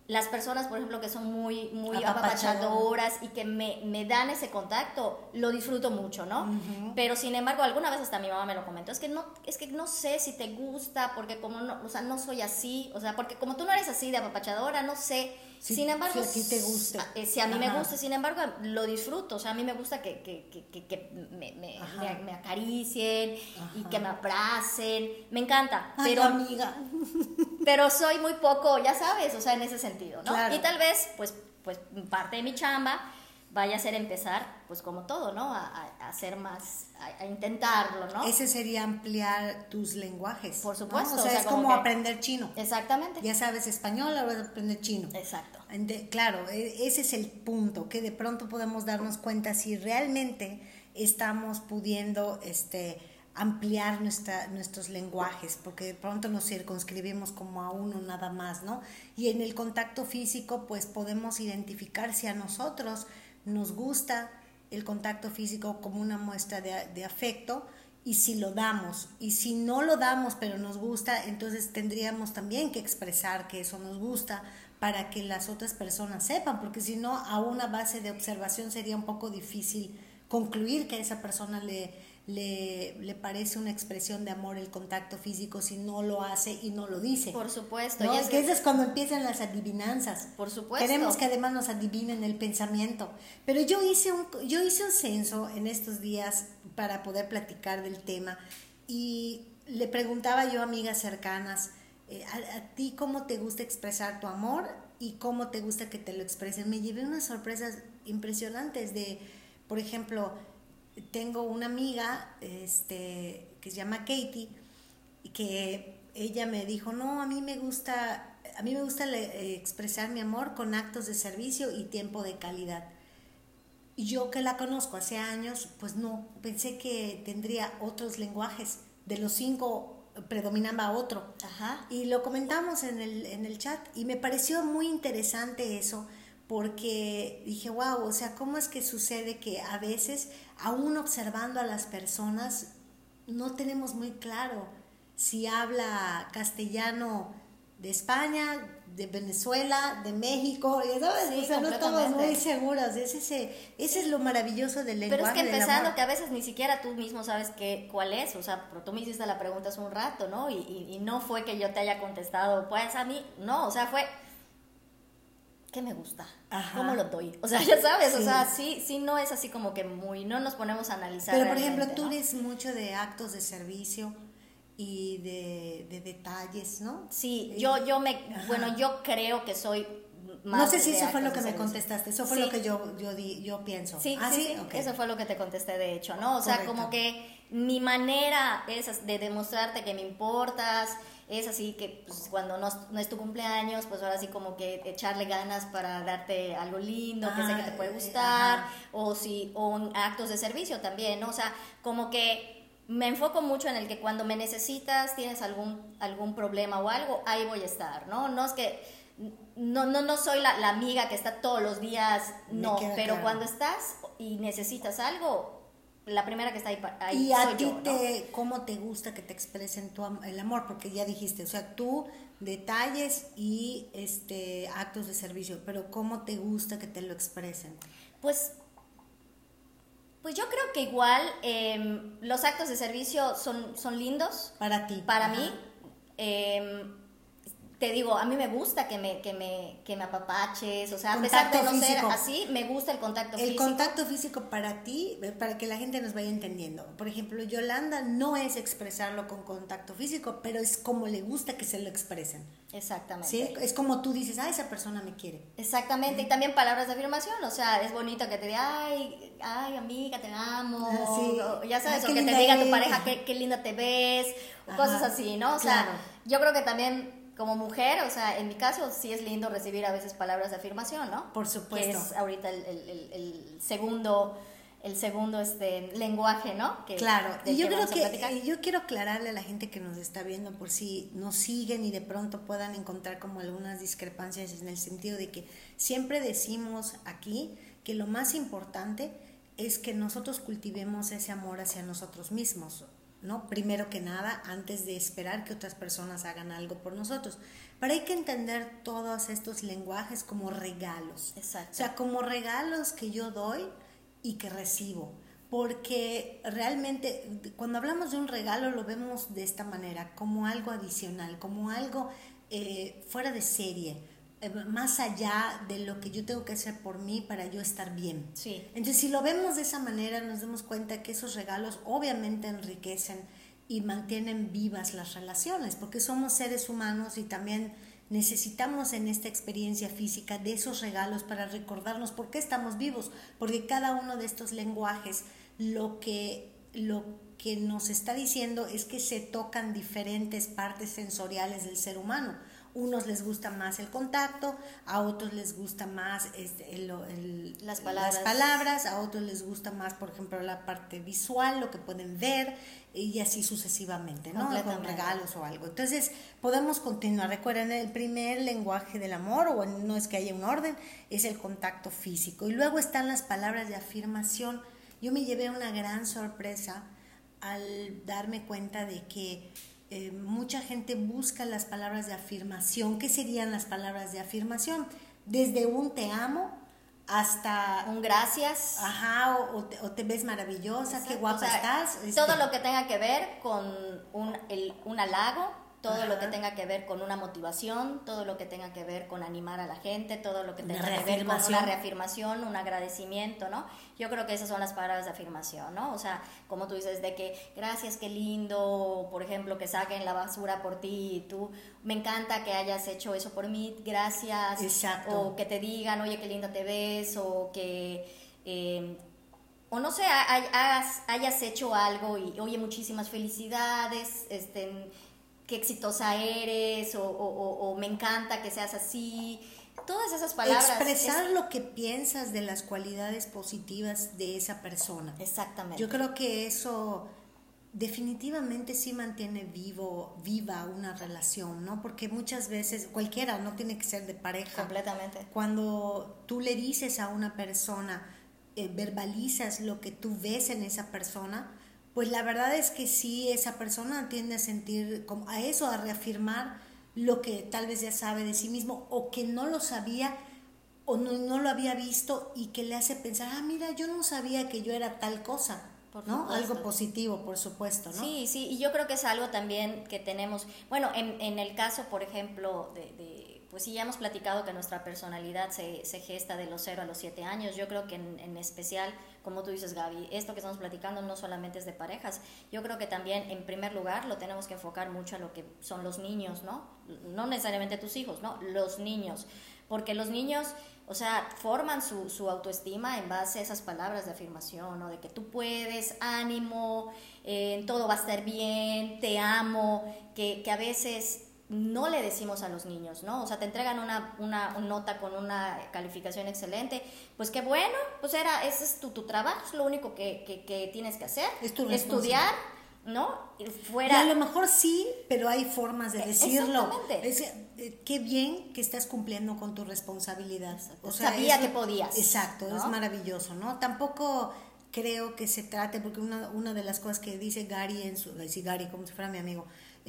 las personas, por ejemplo, que son muy, muy Apapachador. apapachadoras y que me, me dan ese contacto, lo disfruto mucho, ¿no? Uh-huh. Pero sin embargo, alguna vez hasta mi mamá me lo comentó, es que no, es que no sé si te gusta, porque como no, o sea, no soy así, o sea, porque como tú no eres así de apapachadora, no sé. Sí, sin embargo, si a ti te gusta. eh, si a mí Ajá. me gusta, sin embargo, lo disfruto, o sea, a mí me gusta que, que, que, que, que me, me, me, me acaricien. Ajá. Y que me abracen, me encanta. Ay, pero amiga. Pero soy muy poco, ya sabes, o sea, en ese sentido, ¿no? Claro. Y tal vez, pues, pues parte de mi chamba vaya a ser empezar, pues como todo, ¿no? A, a, a hacer más, a, a intentarlo, ¿no? Ese sería ampliar tus lenguajes. Por supuesto. ¿no? O sea, o sea, es como, como que... aprender chino. Exactamente. Ya sabes español, ahora vas a aprender chino. Exacto. De, claro, ese es el punto, que de pronto podemos darnos cuenta si realmente estamos pudiendo, este... ampliar nuestra, nuestros lenguajes, porque de pronto nos circunscribimos como a uno nada más, ¿no? Y en el contacto físico, pues podemos identificar si a nosotros nos gusta el contacto físico como una muestra de, de afecto, y si lo damos, y si no lo damos pero nos gusta, entonces tendríamos también que expresar que eso nos gusta para que las otras personas sepan, porque si no, a una base de observación sería un poco difícil concluir que a esa persona le Le, le parece una expresión de amor el contacto físico si no lo hace y no lo dice. Por supuesto. ¿No? Y es que eso es cuando empiezan las adivinanzas. Por supuesto. Queremos que además nos adivinen el pensamiento. Pero yo hice un, yo hice un censo en estos días para poder platicar del tema y le preguntaba yo a amigas cercanas, eh, a, a ti cómo te gusta expresar tu amor y cómo te gusta que te lo expresen. Me llevé unas sorpresas impresionantes de, por ejemplo... Tengo una amiga este, que se llama Katie y que ella me dijo, no, a mí me gusta, a mí me gusta le, expresar mi amor con actos de servicio y tiempo de calidad. Y yo que la conozco hace años, pues no, pensé que tendría otros lenguajes, de los cinco predominaba otro. Ajá. Y lo comentamos en el, en el chat y me pareció muy interesante eso, porque dije, wow, o sea, ¿cómo es que sucede que a veces, aún observando a las personas, no tenemos muy claro si habla castellano de España, de Venezuela, de México, ¿sabes? Sí, o sea, no estamos muy seguros. Es ese, ese es lo maravilloso del lenguaje. Pero es que empezando que a veces ni siquiera tú mismo sabes qué, cuál es, o sea, pero tú me hiciste la pregunta hace un rato, ¿no? Y, y, y no fue que yo te haya contestado, pues a mí, no, o sea, fue... ¿Qué me gusta? Ajá. ¿Cómo lo doy? O sea, ya sabes, sí. o sea, sí, sí no es así como que muy, no nos ponemos a analizar. Pero por ejemplo, tú ¿no? eres mucho de actos de servicio y de, de detalles, ¿no? Sí, yo, yo me, Ajá. bueno, yo creo que soy más. No sé si eso fue lo que me contestaste, eso fue sí. lo que yo, yo, di, yo pienso. Sí, ¿Ah, sí, sí? sí. Okay. Eso fue lo que te contesté de hecho, ¿no? O sea, Correcto. como que mi manera es de demostrarte que me importas. Es así que pues, cuando no, no es tu cumpleaños, pues ahora sí como que echarle ganas para darte algo lindo, ah, que sé que te puede gustar, ajá. o si o actos de servicio también, ¿no? O sea, como que me enfoco mucho en el que cuando me necesitas, tienes algún, algún problema o algo, ahí voy a estar, ¿no? No es que, no, no, no soy la, la amiga que está todos los días, no, pero claro. Cuando estás y necesitas algo, la primera que está ahí, ahí y a soy ti yo, te, ¿no? ¿Cómo te gusta que te expresen tu, el amor? Porque ya dijiste, o sea, tú detalles y este actos de servicio, pero ¿cómo te gusta que te lo expresen? Pues, pues yo creo que igual eh, los actos de servicio son, son lindos. Para ti. Para Ajá. mí. Eh, te digo, a mí me gusta que me, que me, que me apapaches, o sea, contacto a pesar de no físico. ser así, me gusta el contacto el físico. El contacto físico para ti, para que la gente nos vaya entendiendo. Por ejemplo, Yolanda no es expresarlo con contacto físico, pero es como le gusta que se lo expresen. Exactamente. ¿Sí? Es como tú dices, ah, esa persona me quiere. Exactamente, mm. y también palabras de afirmación, o sea, es bonito que te diga, ay, ay, amiga, te amo, ah, sí. o, ya sabes, ay, o que te diga tu pareja, qué, qué linda te ves, o Ajá. cosas así, ¿no? O sea, claro. yo creo que también... Como mujer, o sea, en mi caso sí es lindo recibir a veces palabras de afirmación, ¿no? Por supuesto. Que es ahorita el, el, el, el segundo, el segundo este, lenguaje, ¿no? Que, claro, y yo que creo que yo quiero aclararle a la gente que nos está viendo por si nos siguen y de pronto puedan encontrar como algunas discrepancias en el sentido de que siempre decimos aquí que lo más importante es que nosotros cultivemos ese amor hacia nosotros mismos. ¿no? Primero que nada, antes de esperar que otras personas hagan algo por nosotros. Pero hay que entender todos estos lenguajes como regalos. Exacto. O sea, como regalos que yo doy y que recibo. Porque realmente cuando hablamos de un regalo lo vemos de esta manera, como algo adicional, como algo eh, fuera de serie, eh, más allá de lo que yo tengo que hacer por mí para yo estar bien. Sí. Entonces, si lo vemos de esa manera, nos damos cuenta que esos regalos obviamente enriquecen y mantienen vivas las relaciones, porque somos seres humanos y también necesitamos en esta experiencia física de esos regalos para recordarnos por qué estamos vivos, porque cada uno de estos lenguajes lo que, lo que nos está diciendo es que se tocan diferentes partes sensoriales del ser humano. Unos les gusta más el contacto, a otros les gusta más este, el, el, las, palabras. las palabras, a otros les gusta más, por ejemplo, la parte visual, lo que pueden ver, y así sucesivamente, ¿no? Con regalos o algo. Entonces, podemos continuar. Recuerden, el primer lenguaje del amor, o no es que haya un orden, es el contacto físico. Y luego están las palabras de afirmación. Yo me llevé una gran sorpresa al darme cuenta de que Eh, mucha gente busca las palabras de afirmación. ¿Qué serían las palabras de afirmación? Desde un te amo hasta un gracias. Ajá, o, o, te, o te ves maravillosa, exacto, qué guapa, o sea, estás. Todo este. lo que tenga que ver con un, el, un halago, todo Ajá. lo que tenga que ver con una motivación, todo lo que tenga que ver con animar a la gente, todo lo que tenga que ver con una reafirmación, un agradecimiento, ¿no? Yo creo que esas son las palabras de afirmación, ¿no? O sea, como tú dices, de que gracias, qué lindo, por ejemplo, que saquen la basura por ti y tú, me encanta que hayas hecho eso por mí, gracias. Exacto. O que te digan, oye, qué linda te ves, o que... Eh, o no sé, hayas, hayas hecho algo y, oye, muchísimas felicidades, este... qué exitosa eres, o, o, o me encanta que seas así, todas esas palabras. Expresar es... lo que piensas de las cualidades positivas de esa persona. Exactamente. Yo creo que eso definitivamente sí mantiene vivo, viva una relación, ¿no? Porque muchas veces, cualquiera, no tiene que ser de pareja. Completamente. Cuando tú le dices a una persona, eh, verbalizas lo que tú ves en esa persona, pues la verdad es que sí, esa persona tiende a sentir como a eso, a reafirmar lo que tal vez ya sabe de sí mismo o que no lo sabía o no, no lo había visto y que le hace pensar, ah, mira, yo no sabía que yo era tal cosa, ¿no? Algo positivo, por supuesto, ¿no? Sí, sí, y yo creo que es algo también que tenemos, bueno, en, en el caso, por ejemplo, de... de pues sí, ya hemos platicado que nuestra personalidad se, se gesta de los cero a los siete años. Yo creo que en, en especial, como tú dices, Gaby, esto que estamos platicando no solamente es de parejas. Yo creo que también, en primer lugar, lo tenemos que enfocar mucho a lo que son los niños, ¿no? No necesariamente tus hijos, ¿no? Los niños. Porque los niños, o sea, forman su, su autoestima en base a esas palabras de afirmación, ¿no? De que tú puedes, ánimo, eh, todo va a estar bien, te amo, que, que a veces... no le decimos a los niños, ¿no? O sea, te entregan una, una, una nota con una calificación excelente, pues qué bueno, pues era, ese es tu, tu trabajo, es lo único que, que, que tienes que hacer, es tu estudiar, ¿no? Y fuera... Y a lo mejor sí, pero hay formas de decirlo. Exactamente. Es, eh, qué bien que estás cumpliendo con tu responsabilidad. O sea, sabía eso, que podías. Exacto, ¿no? Es maravilloso, ¿no? Tampoco creo que se trate, porque una, una de las cosas que dice Gary, en su, dice Gary como si fuera mi amigo,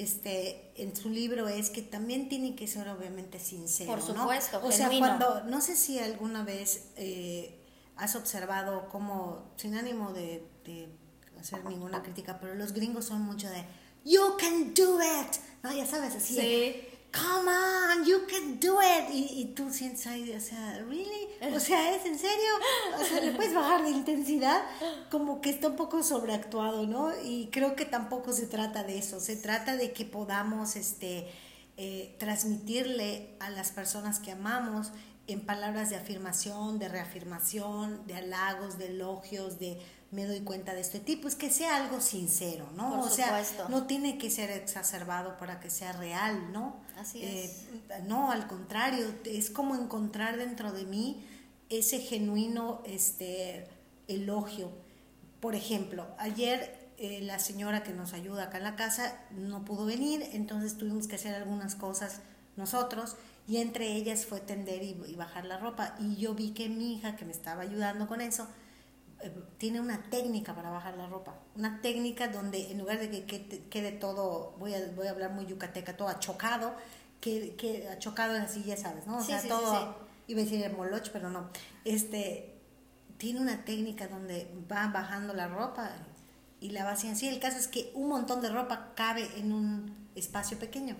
Este, en su libro es que también tiene que ser obviamente sincero, por supuesto, ¿no? O genuino. sea, cuando, no sé si alguna vez eh, has observado como, sin ánimo de, de hacer ninguna crítica, pero los gringos son mucho de you can do it, ¿no? Ya sabes, así sí. de, come on, you can do it, y, y tú sientes ahí, o sea, really, o sea, ¿es en serio? O sea, le puedes bajar de intensidad, como que está un poco sobreactuado, ¿no? Y creo que tampoco se trata de eso, se trata de que podamos este, eh, transmitirle a las personas que amamos en palabras de afirmación, de reafirmación, de halagos, de elogios, de me doy cuenta de este tipo, es que sea algo sincero, ¿no? Por o sea, supuesto. no tiene que ser exacerbado para que sea real, ¿no? Así eh, es. No, al contrario, es como encontrar dentro de mí ese genuino este, elogio. Por ejemplo, ayer eh, la señora que nos ayuda acá en la casa no pudo venir, entonces tuvimos que hacer algunas cosas nosotros, y entre ellas fue tender y, y bajar la ropa, y yo vi que mi hija, que me estaba ayudando con eso, eh, tiene una técnica para bajar la ropa, una técnica donde en lugar de que, que quede todo, voy a, voy a hablar muy yucateca, todo achocado, que, que achocado es así, ya sabes, ¿no? O sí, sea, sí, todo, sí, sí. iba a decir el moloch, pero no, este, tiene una técnica donde va bajando la ropa y la va haciendo así. El caso es que un montón de ropa cabe en un espacio pequeño.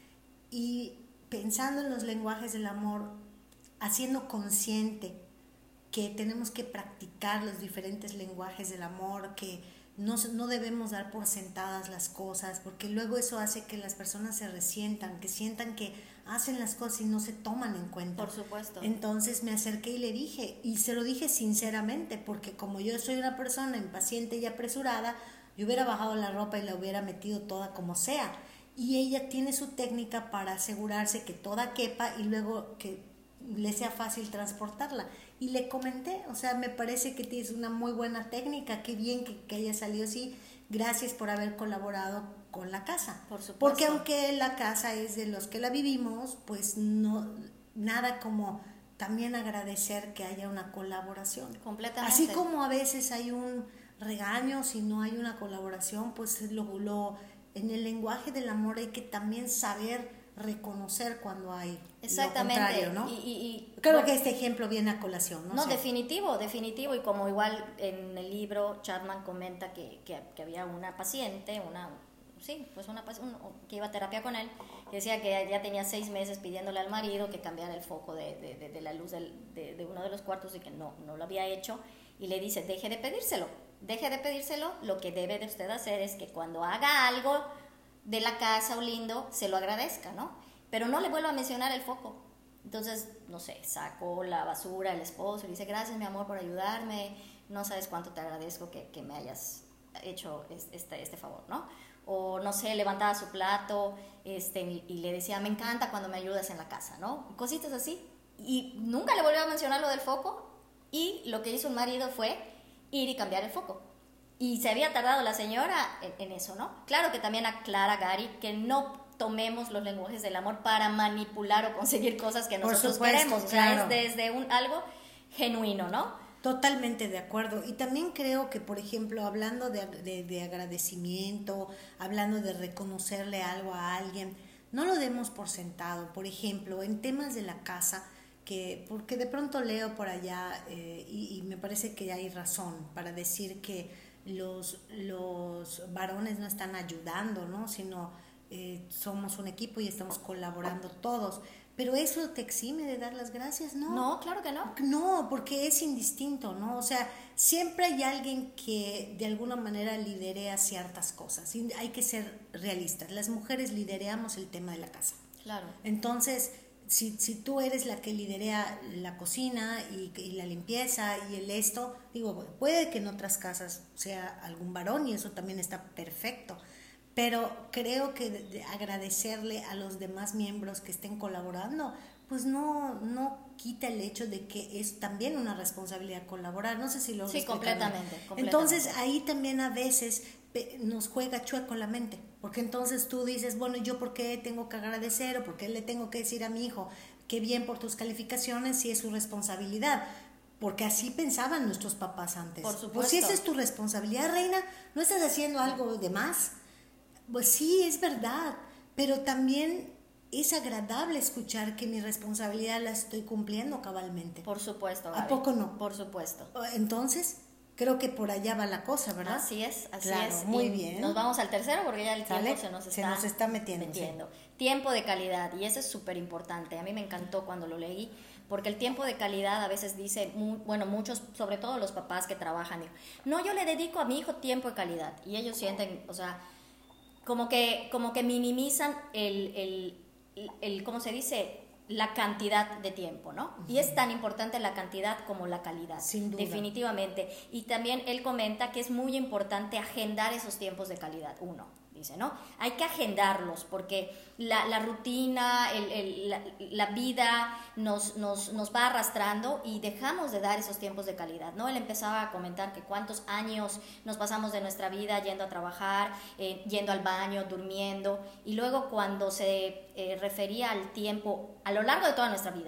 Y pensando en los lenguajes del amor, haciendo consciente que tenemos que practicar los diferentes lenguajes del amor, que no, no debemos dar por sentadas las cosas, porque luego eso hace que las personas se resientan, que sientan que hacen las cosas y no se toman en cuenta. Por supuesto. Entonces me acerqué y le dije, y se lo dije sinceramente, porque como yo soy una persona impaciente y apresurada, yo hubiera bajado la ropa y la hubiera metido toda como sea. Y ella tiene su técnica para asegurarse que toda quepa y luego que le sea fácil transportarla. Y le comenté, o sea, me parece que tienes una muy buena técnica, qué bien que, que haya salido así, gracias por haber colaborado con la casa. Por supuesto. Porque aunque la casa es de los que la vivimos, pues no, nada como también agradecer que haya una colaboración. Completamente. Así como a veces hay un regaño, si no hay una colaboración, pues lo, lo en el lenguaje del amor hay que también saber reconocer cuando hay exactamente lo contrario, ¿no? y, y, y creo bueno, que este ejemplo viene a colación, ¿no? No, sí. definitivo, definitivo, y como igual en el libro Chapman comenta que, que, que había una paciente, una sí, pues una un, que iba a terapia con él, que decía que ya tenía seis meses pidiéndole al marido que cambiara el foco de, de, de, de la luz del, de, de uno de los cuartos y que no, no lo había hecho, y le dice, deje de pedírselo, deje de pedírselo, lo que debe de usted hacer es que cuando haga algo de la casa o lindo, se lo agradezca, ¿no? Pero no le vuelva a mencionar el foco. Entonces, no sé, sacó la basura el esposo y le dice, gracias mi amor por ayudarme, no sabes cuánto te agradezco que, que me hayas hecho este, este favor, ¿no? O no sé, levantaba su plato este, y le decía, me encanta cuando me ayudas en la casa, ¿no? Cositas así. Y nunca le volvió a mencionar lo del foco, y lo que hizo el marido fue ir y cambiar el foco. Y se había tardado la señora en, en eso, ¿no? Claro que también aclara Gary que no tomemos los lenguajes del amor para manipular o conseguir cosas que nosotros supuesto, queremos. O sea, claro. es desde un, algo genuino, ¿no? Totalmente de acuerdo. Y también creo que, por ejemplo, hablando de, de, de agradecimiento, hablando de reconocerle algo a alguien, no lo demos por sentado. Por ejemplo, en temas de la casa, que porque de pronto leo por allá eh, y, y me parece que hay razón para decir que los, los varones no están ayudando, ¿no? Sino eh, somos un equipo y estamos colaborando todos. Pero eso te exime de dar las gracias, ¿no? No, claro que no. No, porque es indistinto, ¿no? O sea, siempre hay alguien que de alguna manera liderea ciertas cosas. Y hay que ser realistas. Las mujeres lidereamos el tema de la casa. Claro. Entonces, si, si tú eres la que liderea la cocina y, y la limpieza y el esto, digo, puede que en otras casas sea algún varón y eso también está perfecto. Pero creo que de, de agradecerle a los demás miembros que estén colaborando, pues no, no quita el hecho de que es también una responsabilidad colaborar. No sé si lo Sí, completamente, completamente. Entonces ahí también a veces nos juega chueco la mente, porque entonces tú dices, bueno, ¿yo por qué tengo que agradecer o por qué le tengo que decir a mi hijo qué bien por tus calificaciones si es su responsabilidad? Porque así pensaban nuestros papás antes. Por supuesto. Pues si esa es tu responsabilidad, reina, ¿no estás haciendo algo de más? Pues sí, es verdad, pero también es agradable escuchar que mi responsabilidad la estoy cumpliendo cabalmente. Por supuesto, Gaby. ¿A poco no? Por supuesto. Entonces, creo que por allá va la cosa, ¿verdad? Así es, así claro, es. Muy y bien. Nos vamos al tercero porque ya el tiempo ¿Sale? se nos está, se nos está metiendo. metiendo. Sí. Tiempo de calidad, y eso es súper importante. A mí me encantó cuando lo leí, porque el tiempo de calidad a veces dice, muy, bueno, muchos, sobre todo los papás que trabajan, digo, no, yo le dedico a mi hijo tiempo de calidad. Y ellos sienten, o sea, como que, como que minimizan el, el, el, el, ¿cómo se dice?, la cantidad de tiempo, ¿no? Uh-huh. Y es tan importante la cantidad como la calidad. Sin duda. Definitivamente. Y también él comenta que es muy importante agendar esos tiempos de calidad. Uno, dice, ¿no? Hay que agendarlos porque la, la rutina, el, el, la, la vida nos, nos, nos va arrastrando y dejamos de dar esos tiempos de calidad, ¿no? Él empezaba a comentar que cuántos años nos pasamos de nuestra vida yendo a trabajar, eh, yendo al baño, durmiendo, y luego cuando se eh, refería al tiempo a lo largo de toda nuestra vida,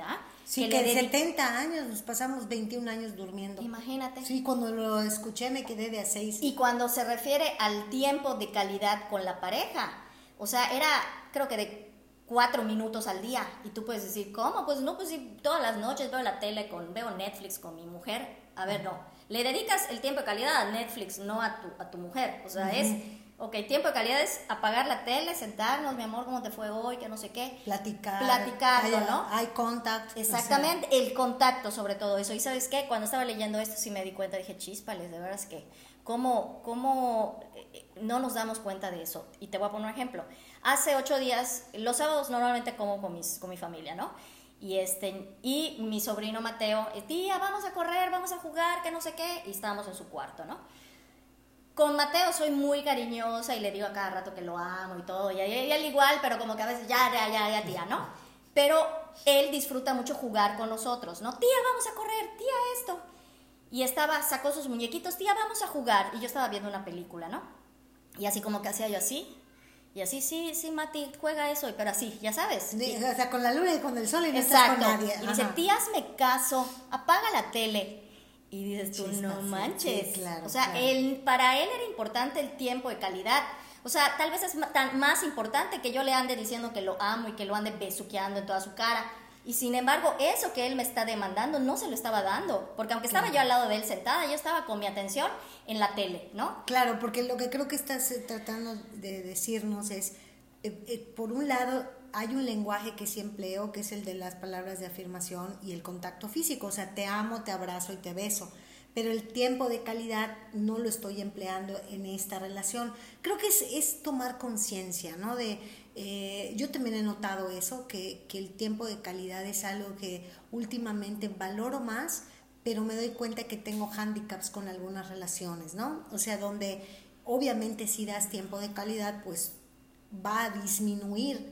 Sí, que que le en dedi- setenta años nos pasamos veintiún años durmiendo. Imagínate. Sí, cuando lo escuché me quedé de a seis. Y cuando se refiere al tiempo de calidad con la pareja, o sea, era creo que de cuatro minutos al día. Y tú puedes decir, ¿cómo? Pues no, pues sí, todas las noches veo la tele, con, veo Netflix con mi mujer. A ver, no. Le dedicas el tiempo de calidad a Netflix, no a tu, a tu mujer. O sea, uh-huh. es... Ok, tiempo de calidad es apagar la tele, sentarnos, mi amor, ¿cómo te fue hoy? Que no sé qué. Platicar. Platicarlo, ¿no? Hay contact. Exactamente, o sea, el contacto sobre todo eso. Y ¿sabes qué? Cuando estaba leyendo esto sí me di cuenta, dije, chíspales, de veras que cómo, cómo no nos damos cuenta de eso. Y te voy a poner un ejemplo. Hace ocho días, los sábados normalmente como con, mis, con mi familia, ¿no? Y, este, y mi sobrino Mateo, tía, vamos a correr, vamos a jugar, que no sé qué. Y estábamos en su cuarto, ¿no? Con Mateo soy muy cariñosa y le digo a cada rato que lo amo y todo, y él igual, pero como que a veces ya, ya, ya, ya, tía, ¿no? Pero él disfruta mucho jugar con nosotros, ¿no? Tía, vamos a correr, tía, esto. Y estaba, sacó sus muñequitos, tía, vamos a jugar. Y yo estaba viendo una película, ¿no? Y así como que hacía yo así, y así, sí, sí, Mati, juega eso, pero así, ya sabes. Sí, o sea, con la luna y con el sol y no Exacto. estás con nadie. Y dice, tía, hazme caso, apaga la tele. Y dices tú, Chispas, no manches. sí, claro, o sea, claro. él, para él era importante el tiempo de calidad. O sea, tal vez es tan más importante que yo le ande diciendo que lo amo y que lo ande besuqueando en toda su cara. Y sin embargo, eso que él me está demandando no se lo estaba dando. Porque aunque estaba claro. yo al lado de él sentada, yo estaba con mi atención en la tele, ¿no? Claro, porque lo que creo que estás tratando de decirnos es, eh, eh, por un lado, hay un lenguaje que sí empleo, que es el de las palabras de afirmación y el contacto físico, o sea, te amo, te abrazo y te beso, pero el tiempo de calidad no lo estoy empleando en esta relación. Creo que es, es tomar conciencia, ¿no? De, eh, yo también he notado eso, que, que el tiempo de calidad es algo que últimamente valoro más, pero me doy cuenta que tengo handicaps con algunas relaciones, ¿no? O sea, donde obviamente si das tiempo de calidad, pues va a disminuir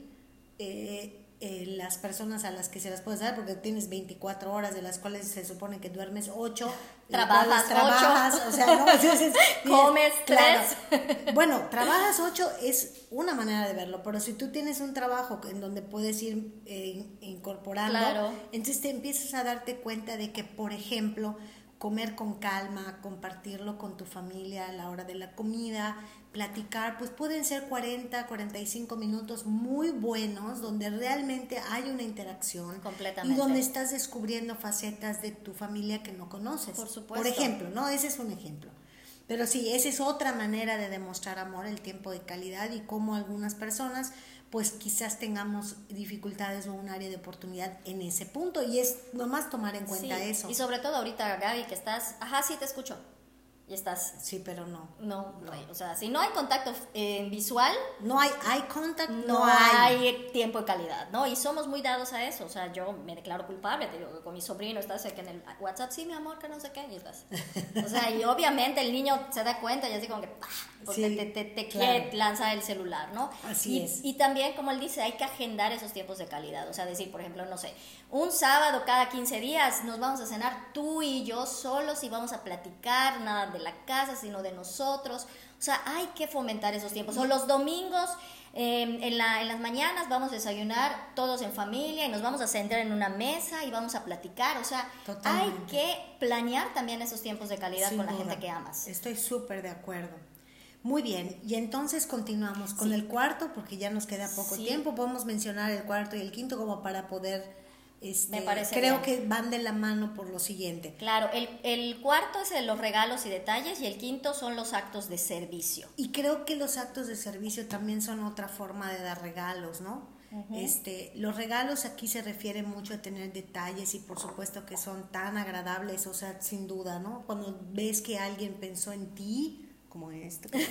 Eh, eh, las personas a las que se las puedes dar, porque tienes veinticuatro horas de las cuales se supone que duermes ocho, trabajas, trabajas ocho. o sea, ¿no? Entonces, comes claro. tres. Bueno, trabajas ocho es una manera de verlo, pero si tú tienes un trabajo en donde puedes ir eh, incorporando, claro. entonces te empiezas a darte cuenta de que, por ejemplo, comer con calma, compartirlo con tu familia a la hora de la comida, platicar, pues pueden ser cuarenta, cuarenta y cinco minutos muy buenos, donde realmente hay una interacción. Completamente. Y donde estás descubriendo facetas de tu familia que no conoces. Por supuesto. Por ejemplo, ¿no? Ese es un ejemplo. Pero sí, esa es otra manera de demostrar amor, el tiempo de calidad, y cómo algunas personas pues quizás tengamos dificultades o un área de oportunidad en ese punto, y es nomás tomar en cuenta sí, eso. Y sobre todo ahorita, Gaby, que estás, ajá, sí te escucho, y estás... Sí, pero no. No, no hay, o sea, si no hay contacto eh, visual... No hay eye contact, no, no hay. hay tiempo de calidad, ¿no? Y somos muy dados a eso, o sea, yo me declaro culpable, te digo, con mi sobrino estás que en el WhatsApp, sí, mi amor, que no sé qué, y estás... O sea, y obviamente el niño se da cuenta y así como que... ¡pah! Porque sí, te, te, te claro. quiere lanzar el celular, ¿no? Así y, es. Y también, como él dice, hay que agendar esos tiempos de calidad, o sea, decir, por ejemplo, no sé, un sábado cada quince días nos vamos a cenar tú y yo solos y vamos a platicar, nada de la casa, sino de nosotros. O sea, hay que fomentar esos tiempos. O los domingos, eh, en, la, en las mañanas vamos a desayunar todos en familia y nos vamos a sentar en una mesa y vamos a platicar. O sea, totalmente. Hay que planear también esos tiempos de calidad Sin con duda. La gente que amas. Estoy súper de acuerdo. Muy bien, y entonces continuamos con sí. el cuarto, porque ya nos queda poco sí. tiempo. Podemos mencionar el cuarto y el quinto como para poder... Este, Me parece creo bien. que van de la mano por lo siguiente. Claro, el, el cuarto es el, los regalos y detalles, y el quinto son los actos de servicio. Y creo que los actos de servicio también son otra forma de dar regalos, ¿no? Uh-huh. Este, los regalos aquí se refieren mucho a tener detalles, y por supuesto que son tan agradables, o sea, sin duda, ¿no? Cuando ves que alguien pensó en ti, como esto que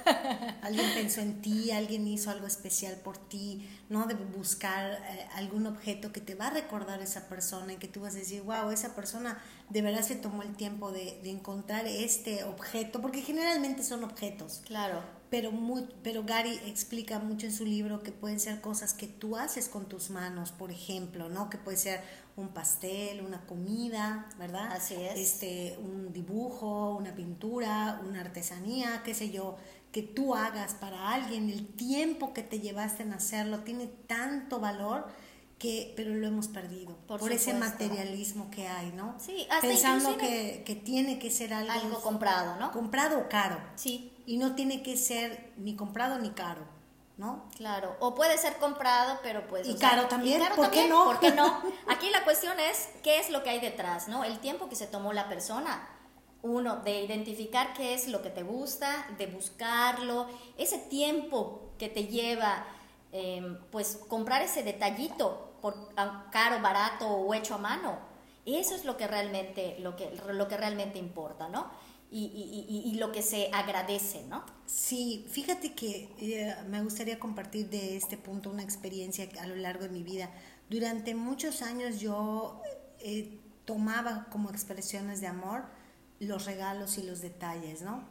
alguien pensó en ti, alguien hizo algo especial por ti, ¿no? De buscar eh, algún objeto que te va a recordar a esa persona, y que tú vas a decir, wow, esa persona de verdad se tomó el tiempo de, de encontrar este objeto, porque generalmente son objetos. Claro. Pero, muy, pero Gary explica mucho en su libro que pueden ser cosas que tú haces con tus manos, por ejemplo, ¿no? Que puede ser un pastel, una comida, ¿verdad? Así es. Este, un dibujo, una pintura, una artesanía, qué sé yo, que tú hagas para alguien. El tiempo que te llevaste en hacerlo tiene tanto valor que, pero lo hemos perdido Por por, ese supuesto. materialismo que hay, ¿no? Sí, hasta pensando inclusive que, que tiene que ser algo, algo comprado, ¿no? comprado o caro. Sí. Y no tiene que ser ni comprado ni caro, ¿no? Claro, o puede ser comprado, pero pues... Y o sea, caro también, y caro ¿por también, qué no? ¿por qué no? Aquí la cuestión es, ¿qué es lo que hay detrás, no? El tiempo que se tomó la persona. Uno, de identificar qué es lo que te gusta, de buscarlo, ese tiempo que te lleva, eh, pues, comprar ese detallito, por caro, barato o hecho a mano. Eso es lo que realmente, lo que, lo que realmente importa, ¿no? Y, y, y, y lo que se agradece, ¿no? Sí, fíjate que eh, me gustaría compartir de este punto una experiencia a lo largo de mi vida. Durante muchos años yo eh, tomaba como expresiones de amor los regalos y los detalles, ¿no?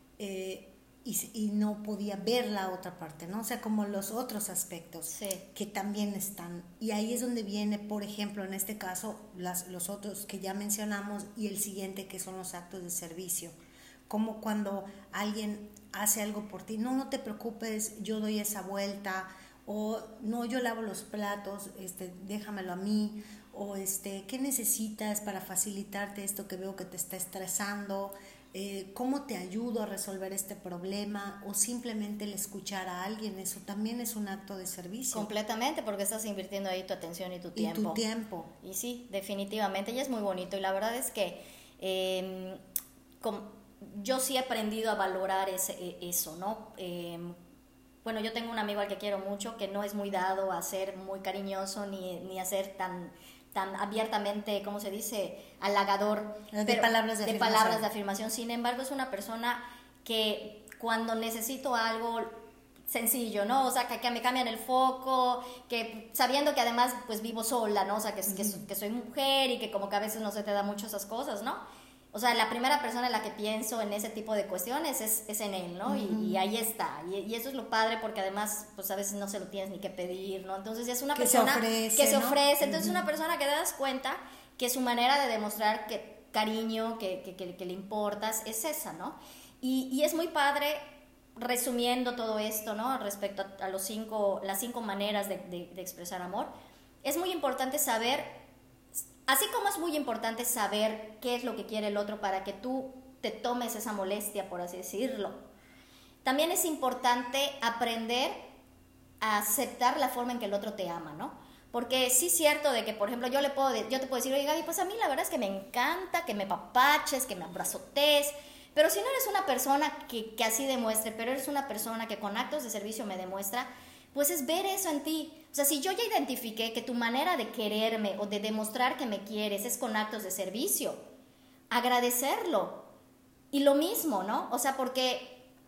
Eh, y, y no podía ver la otra parte, ¿no? O sea, como los otros aspectos Sí. que también están. Y ahí es donde viene, por ejemplo, en este caso, las, los otros que ya mencionamos y el siguiente que son los actos de servicio. Como cuando alguien hace algo por ti, no, no te preocupes, yo doy esa vuelta, o no, yo lavo los platos, este, déjamelo a mí, o este, ¿qué necesitas para facilitarte esto que veo que te está estresando? Eh, ¿Cómo te ayudo a resolver este problema? O simplemente el escuchar a alguien, eso también es un acto de servicio. Completamente, porque estás invirtiendo ahí tu atención y tu Y tiempo. tu tiempo. Y sí, definitivamente, y es muy bonito. Y la verdad es que eh, com- yo sí he aprendido a valorar ese, eso, ¿no? Eh, bueno, yo tengo un amigo al que quiero mucho, que no es muy dado a ser muy cariñoso ni, ni a ser tan, tan abiertamente, ¿cómo se dice?, halagador. De pero- palabras de de afirmación. palabras de afirmación. Sin embargo, es una persona que cuando necesito algo sencillo, ¿no? O sea, que, que me cambian el foco, que sabiendo que además pues vivo sola, ¿no? O sea, que, uh-huh. que, que soy mujer y que como que a veces no se te da mucho esas cosas, ¿no? O sea, la primera persona en la que pienso en ese tipo de cuestiones es, es en él, ¿no? Uh-huh. Y, y ahí está. Y, y eso es lo padre porque además, pues a veces no se lo tienes ni que pedir, ¿no? Entonces es una que persona se ofrece, que se ¿no? ofrece. Entonces Uh-huh. es una persona que te das cuenta que su manera de demostrar que cariño, que, que, que, que le importas, es esa, ¿no? Y, y es muy padre, resumiendo todo esto, ¿no? Respecto a, a los cinco, las cinco maneras de, de, de expresar amor, es muy importante saber, así como es muy importante saber qué es lo que quiere el otro para que tú te tomes esa molestia, por así decirlo, también es importante aprender a aceptar la forma en que el otro te ama, ¿no? Porque sí es cierto de que, por ejemplo, yo, le puedo, yo te puedo decir, oye, Gaby, pues a mí la verdad es que me encanta que me papaches, que me abrazotes, pero si no eres una persona que, que así demuestre, pero eres una persona que con actos de servicio me demuestra, pues es ver eso en ti. O sea, si yo ya identifiqué que tu manera de quererme o de demostrar que me quieres es con actos de servicio, agradecerlo. Y lo mismo, ¿no? O sea, porque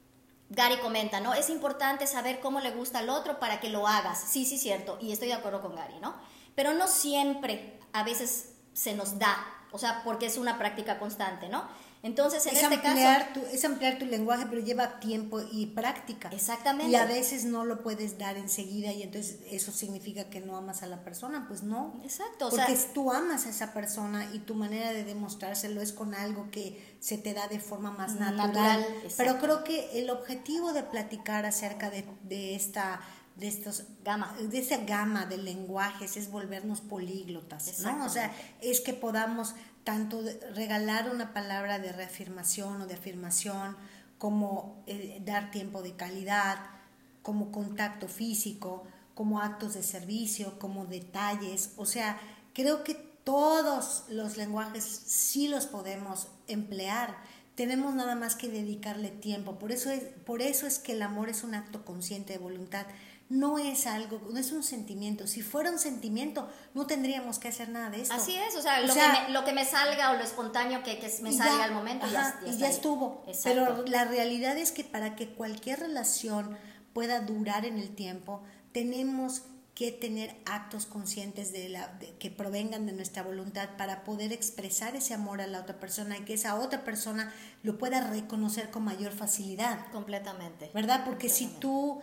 Gary comenta, ¿no? Es importante saber cómo le gusta al otro para que lo hagas. Sí, sí, cierto, y estoy de acuerdo con Gary, ¿no? Pero no siempre, a veces se nos da, o sea, porque es una práctica constante, ¿no? Entonces, en es este ampliar caso... Tu, es ampliar tu lenguaje, pero lleva tiempo y práctica. Exactamente. Y a veces no lo puedes dar enseguida y entonces eso significa que no amas a la persona, pues no. Exacto. O Porque sea, tú amas a esa persona y tu manera de demostrárselo es con algo que se te da de forma más natural. natural pero creo que el objetivo de platicar acerca de, de esta... de estos gama de esa gama de lenguajes es volvernos políglotas, ¿no? O sea, es que podamos tanto regalar una palabra de reafirmación o de afirmación, como eh, dar tiempo de calidad, como contacto físico, como actos de servicio, como detalles. O sea, creo que todos los lenguajes sí los podemos emplear. Tenemos nada más que dedicarle tiempo. Por eso es, por eso es que el amor es un acto consciente de voluntad. No es algo, no es un sentimiento. Si fuera un sentimiento, no tendríamos que hacer nada de esto. Así es, o sea, o lo, sea que me, lo que me salga o lo espontáneo que, que me salga ya, al momento, ajá, ya, ya, y ya estuvo. Exacto. Pero la realidad es que para que cualquier relación pueda durar en el tiempo, tenemos que tener actos conscientes de la, de, que provengan de nuestra voluntad para poder expresar ese amor a la otra persona y que esa otra persona lo pueda reconocer con mayor facilidad. Completamente. ¿Verdad? Porque Completamente. si tú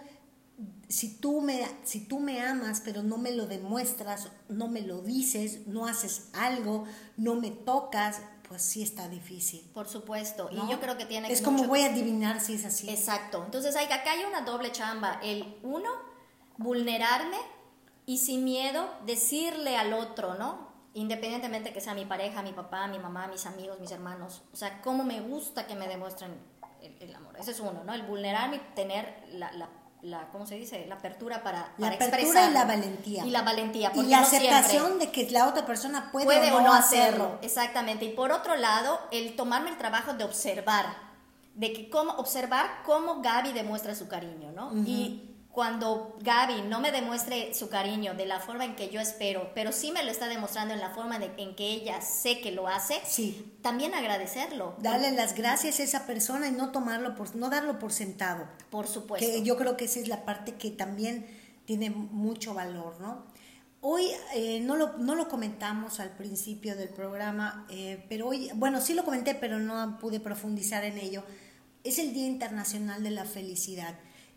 Si tú, me, si tú me amas, pero no me lo demuestras, no me lo dices, no haces algo, no me tocas, pues sí está difícil. Por supuesto, ¿no? y yo creo que tiene... Es como mucho... voy a adivinar si es así. Exacto, entonces hay, acá hay una doble chamba, el uno, vulnerarme y sin miedo decirle al otro, ¿no? Independientemente que sea mi pareja, mi papá, mi mamá, mis amigos, mis hermanos, o sea, cómo me gusta que me demuestren el, el amor. Ese es uno, ¿no? El vulnerarme y tener la, la, la ¿cómo se dice? La apertura para, la para apertura expresar. Y la valentía. Y la valentía. Y la no aceptación de que la otra persona puede, puede o no, no hacerlo. hacerlo. Exactamente. Y por otro lado, el tomarme el trabajo de observar, de que cómo, observar cómo Gaby demuestra su cariño, ¿no? Uh-huh. Y cuando Gaby no me demuestre su cariño de la forma en que yo espero, pero sí me lo está demostrando en la forma de, en que ella sé que lo hace, sí. también agradecerlo. Darle las gracias a esa persona y no tomarlo por, no darlo por sentado. Por supuesto. Que yo creo que esa es la parte que también tiene mucho valor, ¿no? Hoy eh, no, lo, no lo comentamos al principio del programa, eh, pero hoy, bueno, sí lo comenté, pero no pude profundizar en ello. Es el Día Internacional de la Felicidad.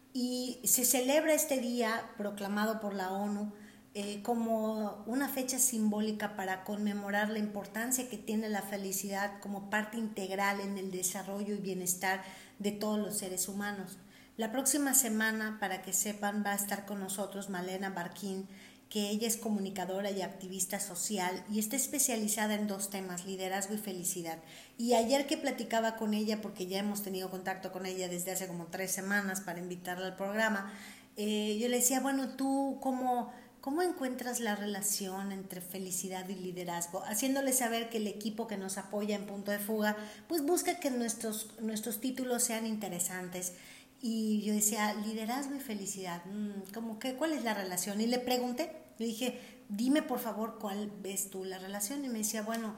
Y se celebra este día, proclamado por la ONU, eh, como una fecha simbólica para conmemorar la importancia que tiene la felicidad como parte integral en el desarrollo y bienestar de todos los seres humanos. La próxima semana, para que sepan, va a estar con nosotros Malena Barquín, que ella es comunicadora y activista social y está especializada en dos temas, liderazgo y felicidad. Y ayer que platicaba con ella, porque ya hemos tenido contacto con ella desde hace como tres semanas para invitarla al programa, eh, yo le decía, bueno, ¿tú cómo, cómo encuentras la relación entre felicidad y liderazgo? Haciéndole saber que el equipo que nos apoya en Punto de Fuga, pues busca que nuestros, nuestros títulos sean interesantes. Y yo decía, liderazgo y felicidad, ¿cómo que, ¿cuál es la relación? Y le pregunté, le dije, dime por favor cuál ves tú la relación. Y me decía, bueno,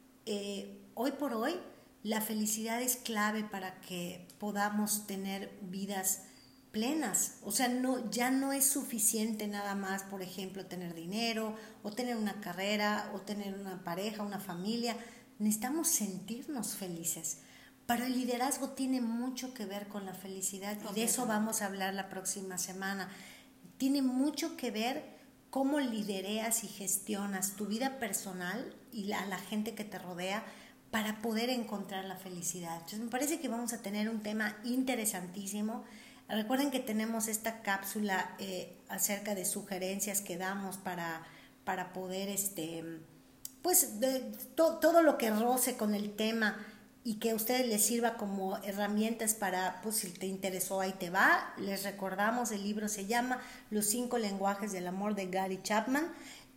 eh, hoy por hoy la felicidad es clave para que podamos tener vidas plenas. O sea, no, ya no es suficiente nada más, por ejemplo, tener dinero, o tener una carrera, o tener una pareja, una familia. Necesitamos sentirnos felices. Pero el liderazgo tiene mucho que ver con la felicidad y de eso vamos a hablar la próxima semana. Tiene mucho que ver cómo lidereas y gestionas tu vida personal y la, la gente que te rodea para poder encontrar la felicidad. Entonces me parece que vamos a tener un tema interesantísimo. Recuerden que tenemos esta cápsula eh, acerca de sugerencias que damos para, para poder, este, pues, de, to, todo lo que roce con el tema y que a ustedes les sirva como herramientas para, pues si te interesó, ahí te va. Les recordamos, el libro se llama Los cinco lenguajes del amor de Gary Chapman.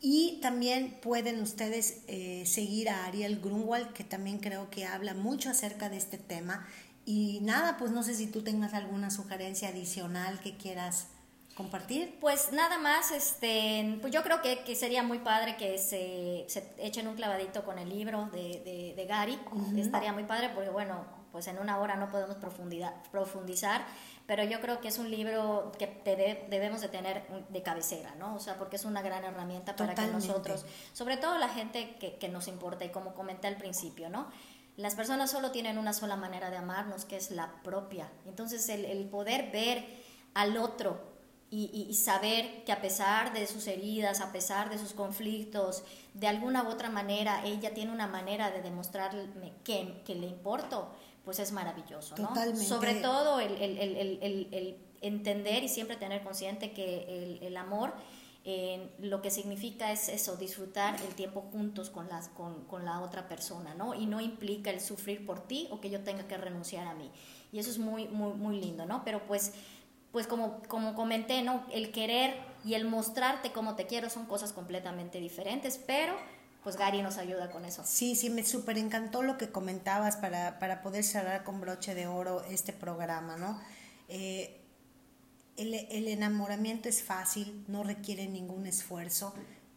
Y también pueden ustedes eh, seguir a Ariel Grunwald, que también creo que habla mucho acerca de este tema. Y nada, pues no sé si tú tengas alguna sugerencia adicional que quieras compartir. Pues nada más, este, pues yo creo que, que sería muy padre que se, se echen un clavadito con el libro de, de, de Gary. Uh-huh. Estaría muy padre porque, bueno, pues en una hora no podemos profundizar, pero yo creo que es un libro que te de, debemos de tener de cabecera, ¿no? O sea, porque es una gran herramienta para Totalmente. Que nosotros, sobre todo la gente que, que nos importa, y como comenté al principio, ¿no? Las personas solo tienen una sola manera de amarnos, que es la propia. Entonces, el, el poder ver al otro Y, y, y saber que a pesar de sus heridas, a pesar de sus conflictos, de alguna u otra manera, ella tiene una manera de demostrarme que, que le importo, pues es maravilloso, ¿no? Totalmente. Sobre todo el, el, el, el, el entender y siempre tener consciente que el, el amor eh, lo que significa es eso, disfrutar el tiempo juntos con, las, con, con la otra persona, ¿no? Y no implica el sufrir por ti o que yo tenga que renunciar a mí. Y eso es muy, muy, muy lindo, ¿no? Pero pues... pues como, como comenté, ¿no? El querer y el mostrarte cómo te quiero son cosas completamente diferentes, pero pues Gary nos ayuda con eso. Sí, sí, me súper encantó lo que comentabas para, para poder cerrar con broche de oro este programa, ¿no? Eh, el, el enamoramiento es fácil, no requiere ningún esfuerzo.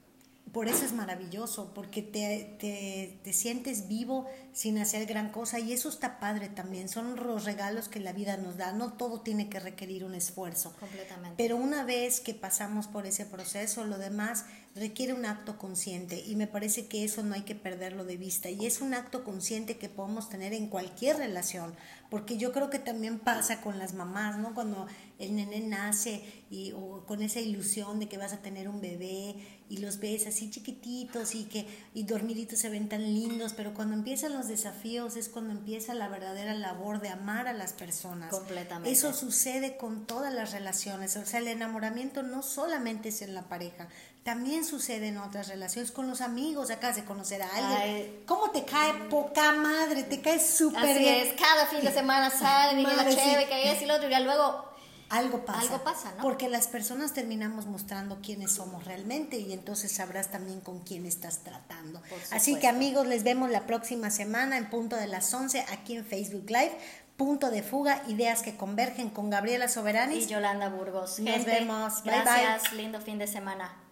Por eso es maravilloso, porque te, te, te sientes vivo sin hacer gran cosa y eso está padre también. Son los regalos que la vida nos da. No todo tiene que requerir un esfuerzo. Completamente. Pero una vez que pasamos por ese proceso, lo demás requiere un acto consciente y me parece que eso no hay que perderlo de vista. Y es un acto consciente que podemos tener en cualquier relación, porque yo creo que también pasa con las mamás, ¿no? Cuando el nene nace y, o con esa ilusión de que vas a tener un bebé y los ves así chiquititos y que y dormiditos se ven tan lindos, pero cuando empiezan los desafíos es cuando empieza la verdadera labor de amar a las personas. Completamente. Eso sucede con todas las relaciones, o sea, el enamoramiento no solamente es en la pareja, también sucede en otras relaciones, con los amigos, acabas de conocer a alguien. Ay, ¿cómo te cae poca madre? Te cae súper bien. Así es, cada fin de semana salen y la chévere, sí. que es y lo otro, y luego algo pasa. Algo pasa, ¿no? Porque las personas terminamos mostrando quiénes somos realmente y entonces sabrás también con quién estás tratando. Así que amigos, les vemos la próxima semana en punto de las once aquí en Facebook Live. Punto de fuga, ideas que convergen con Gabriela Soberanis y Yolanda Burgos. Nos Gente, vemos. Bye, gracias, bye. Lindo fin de semana.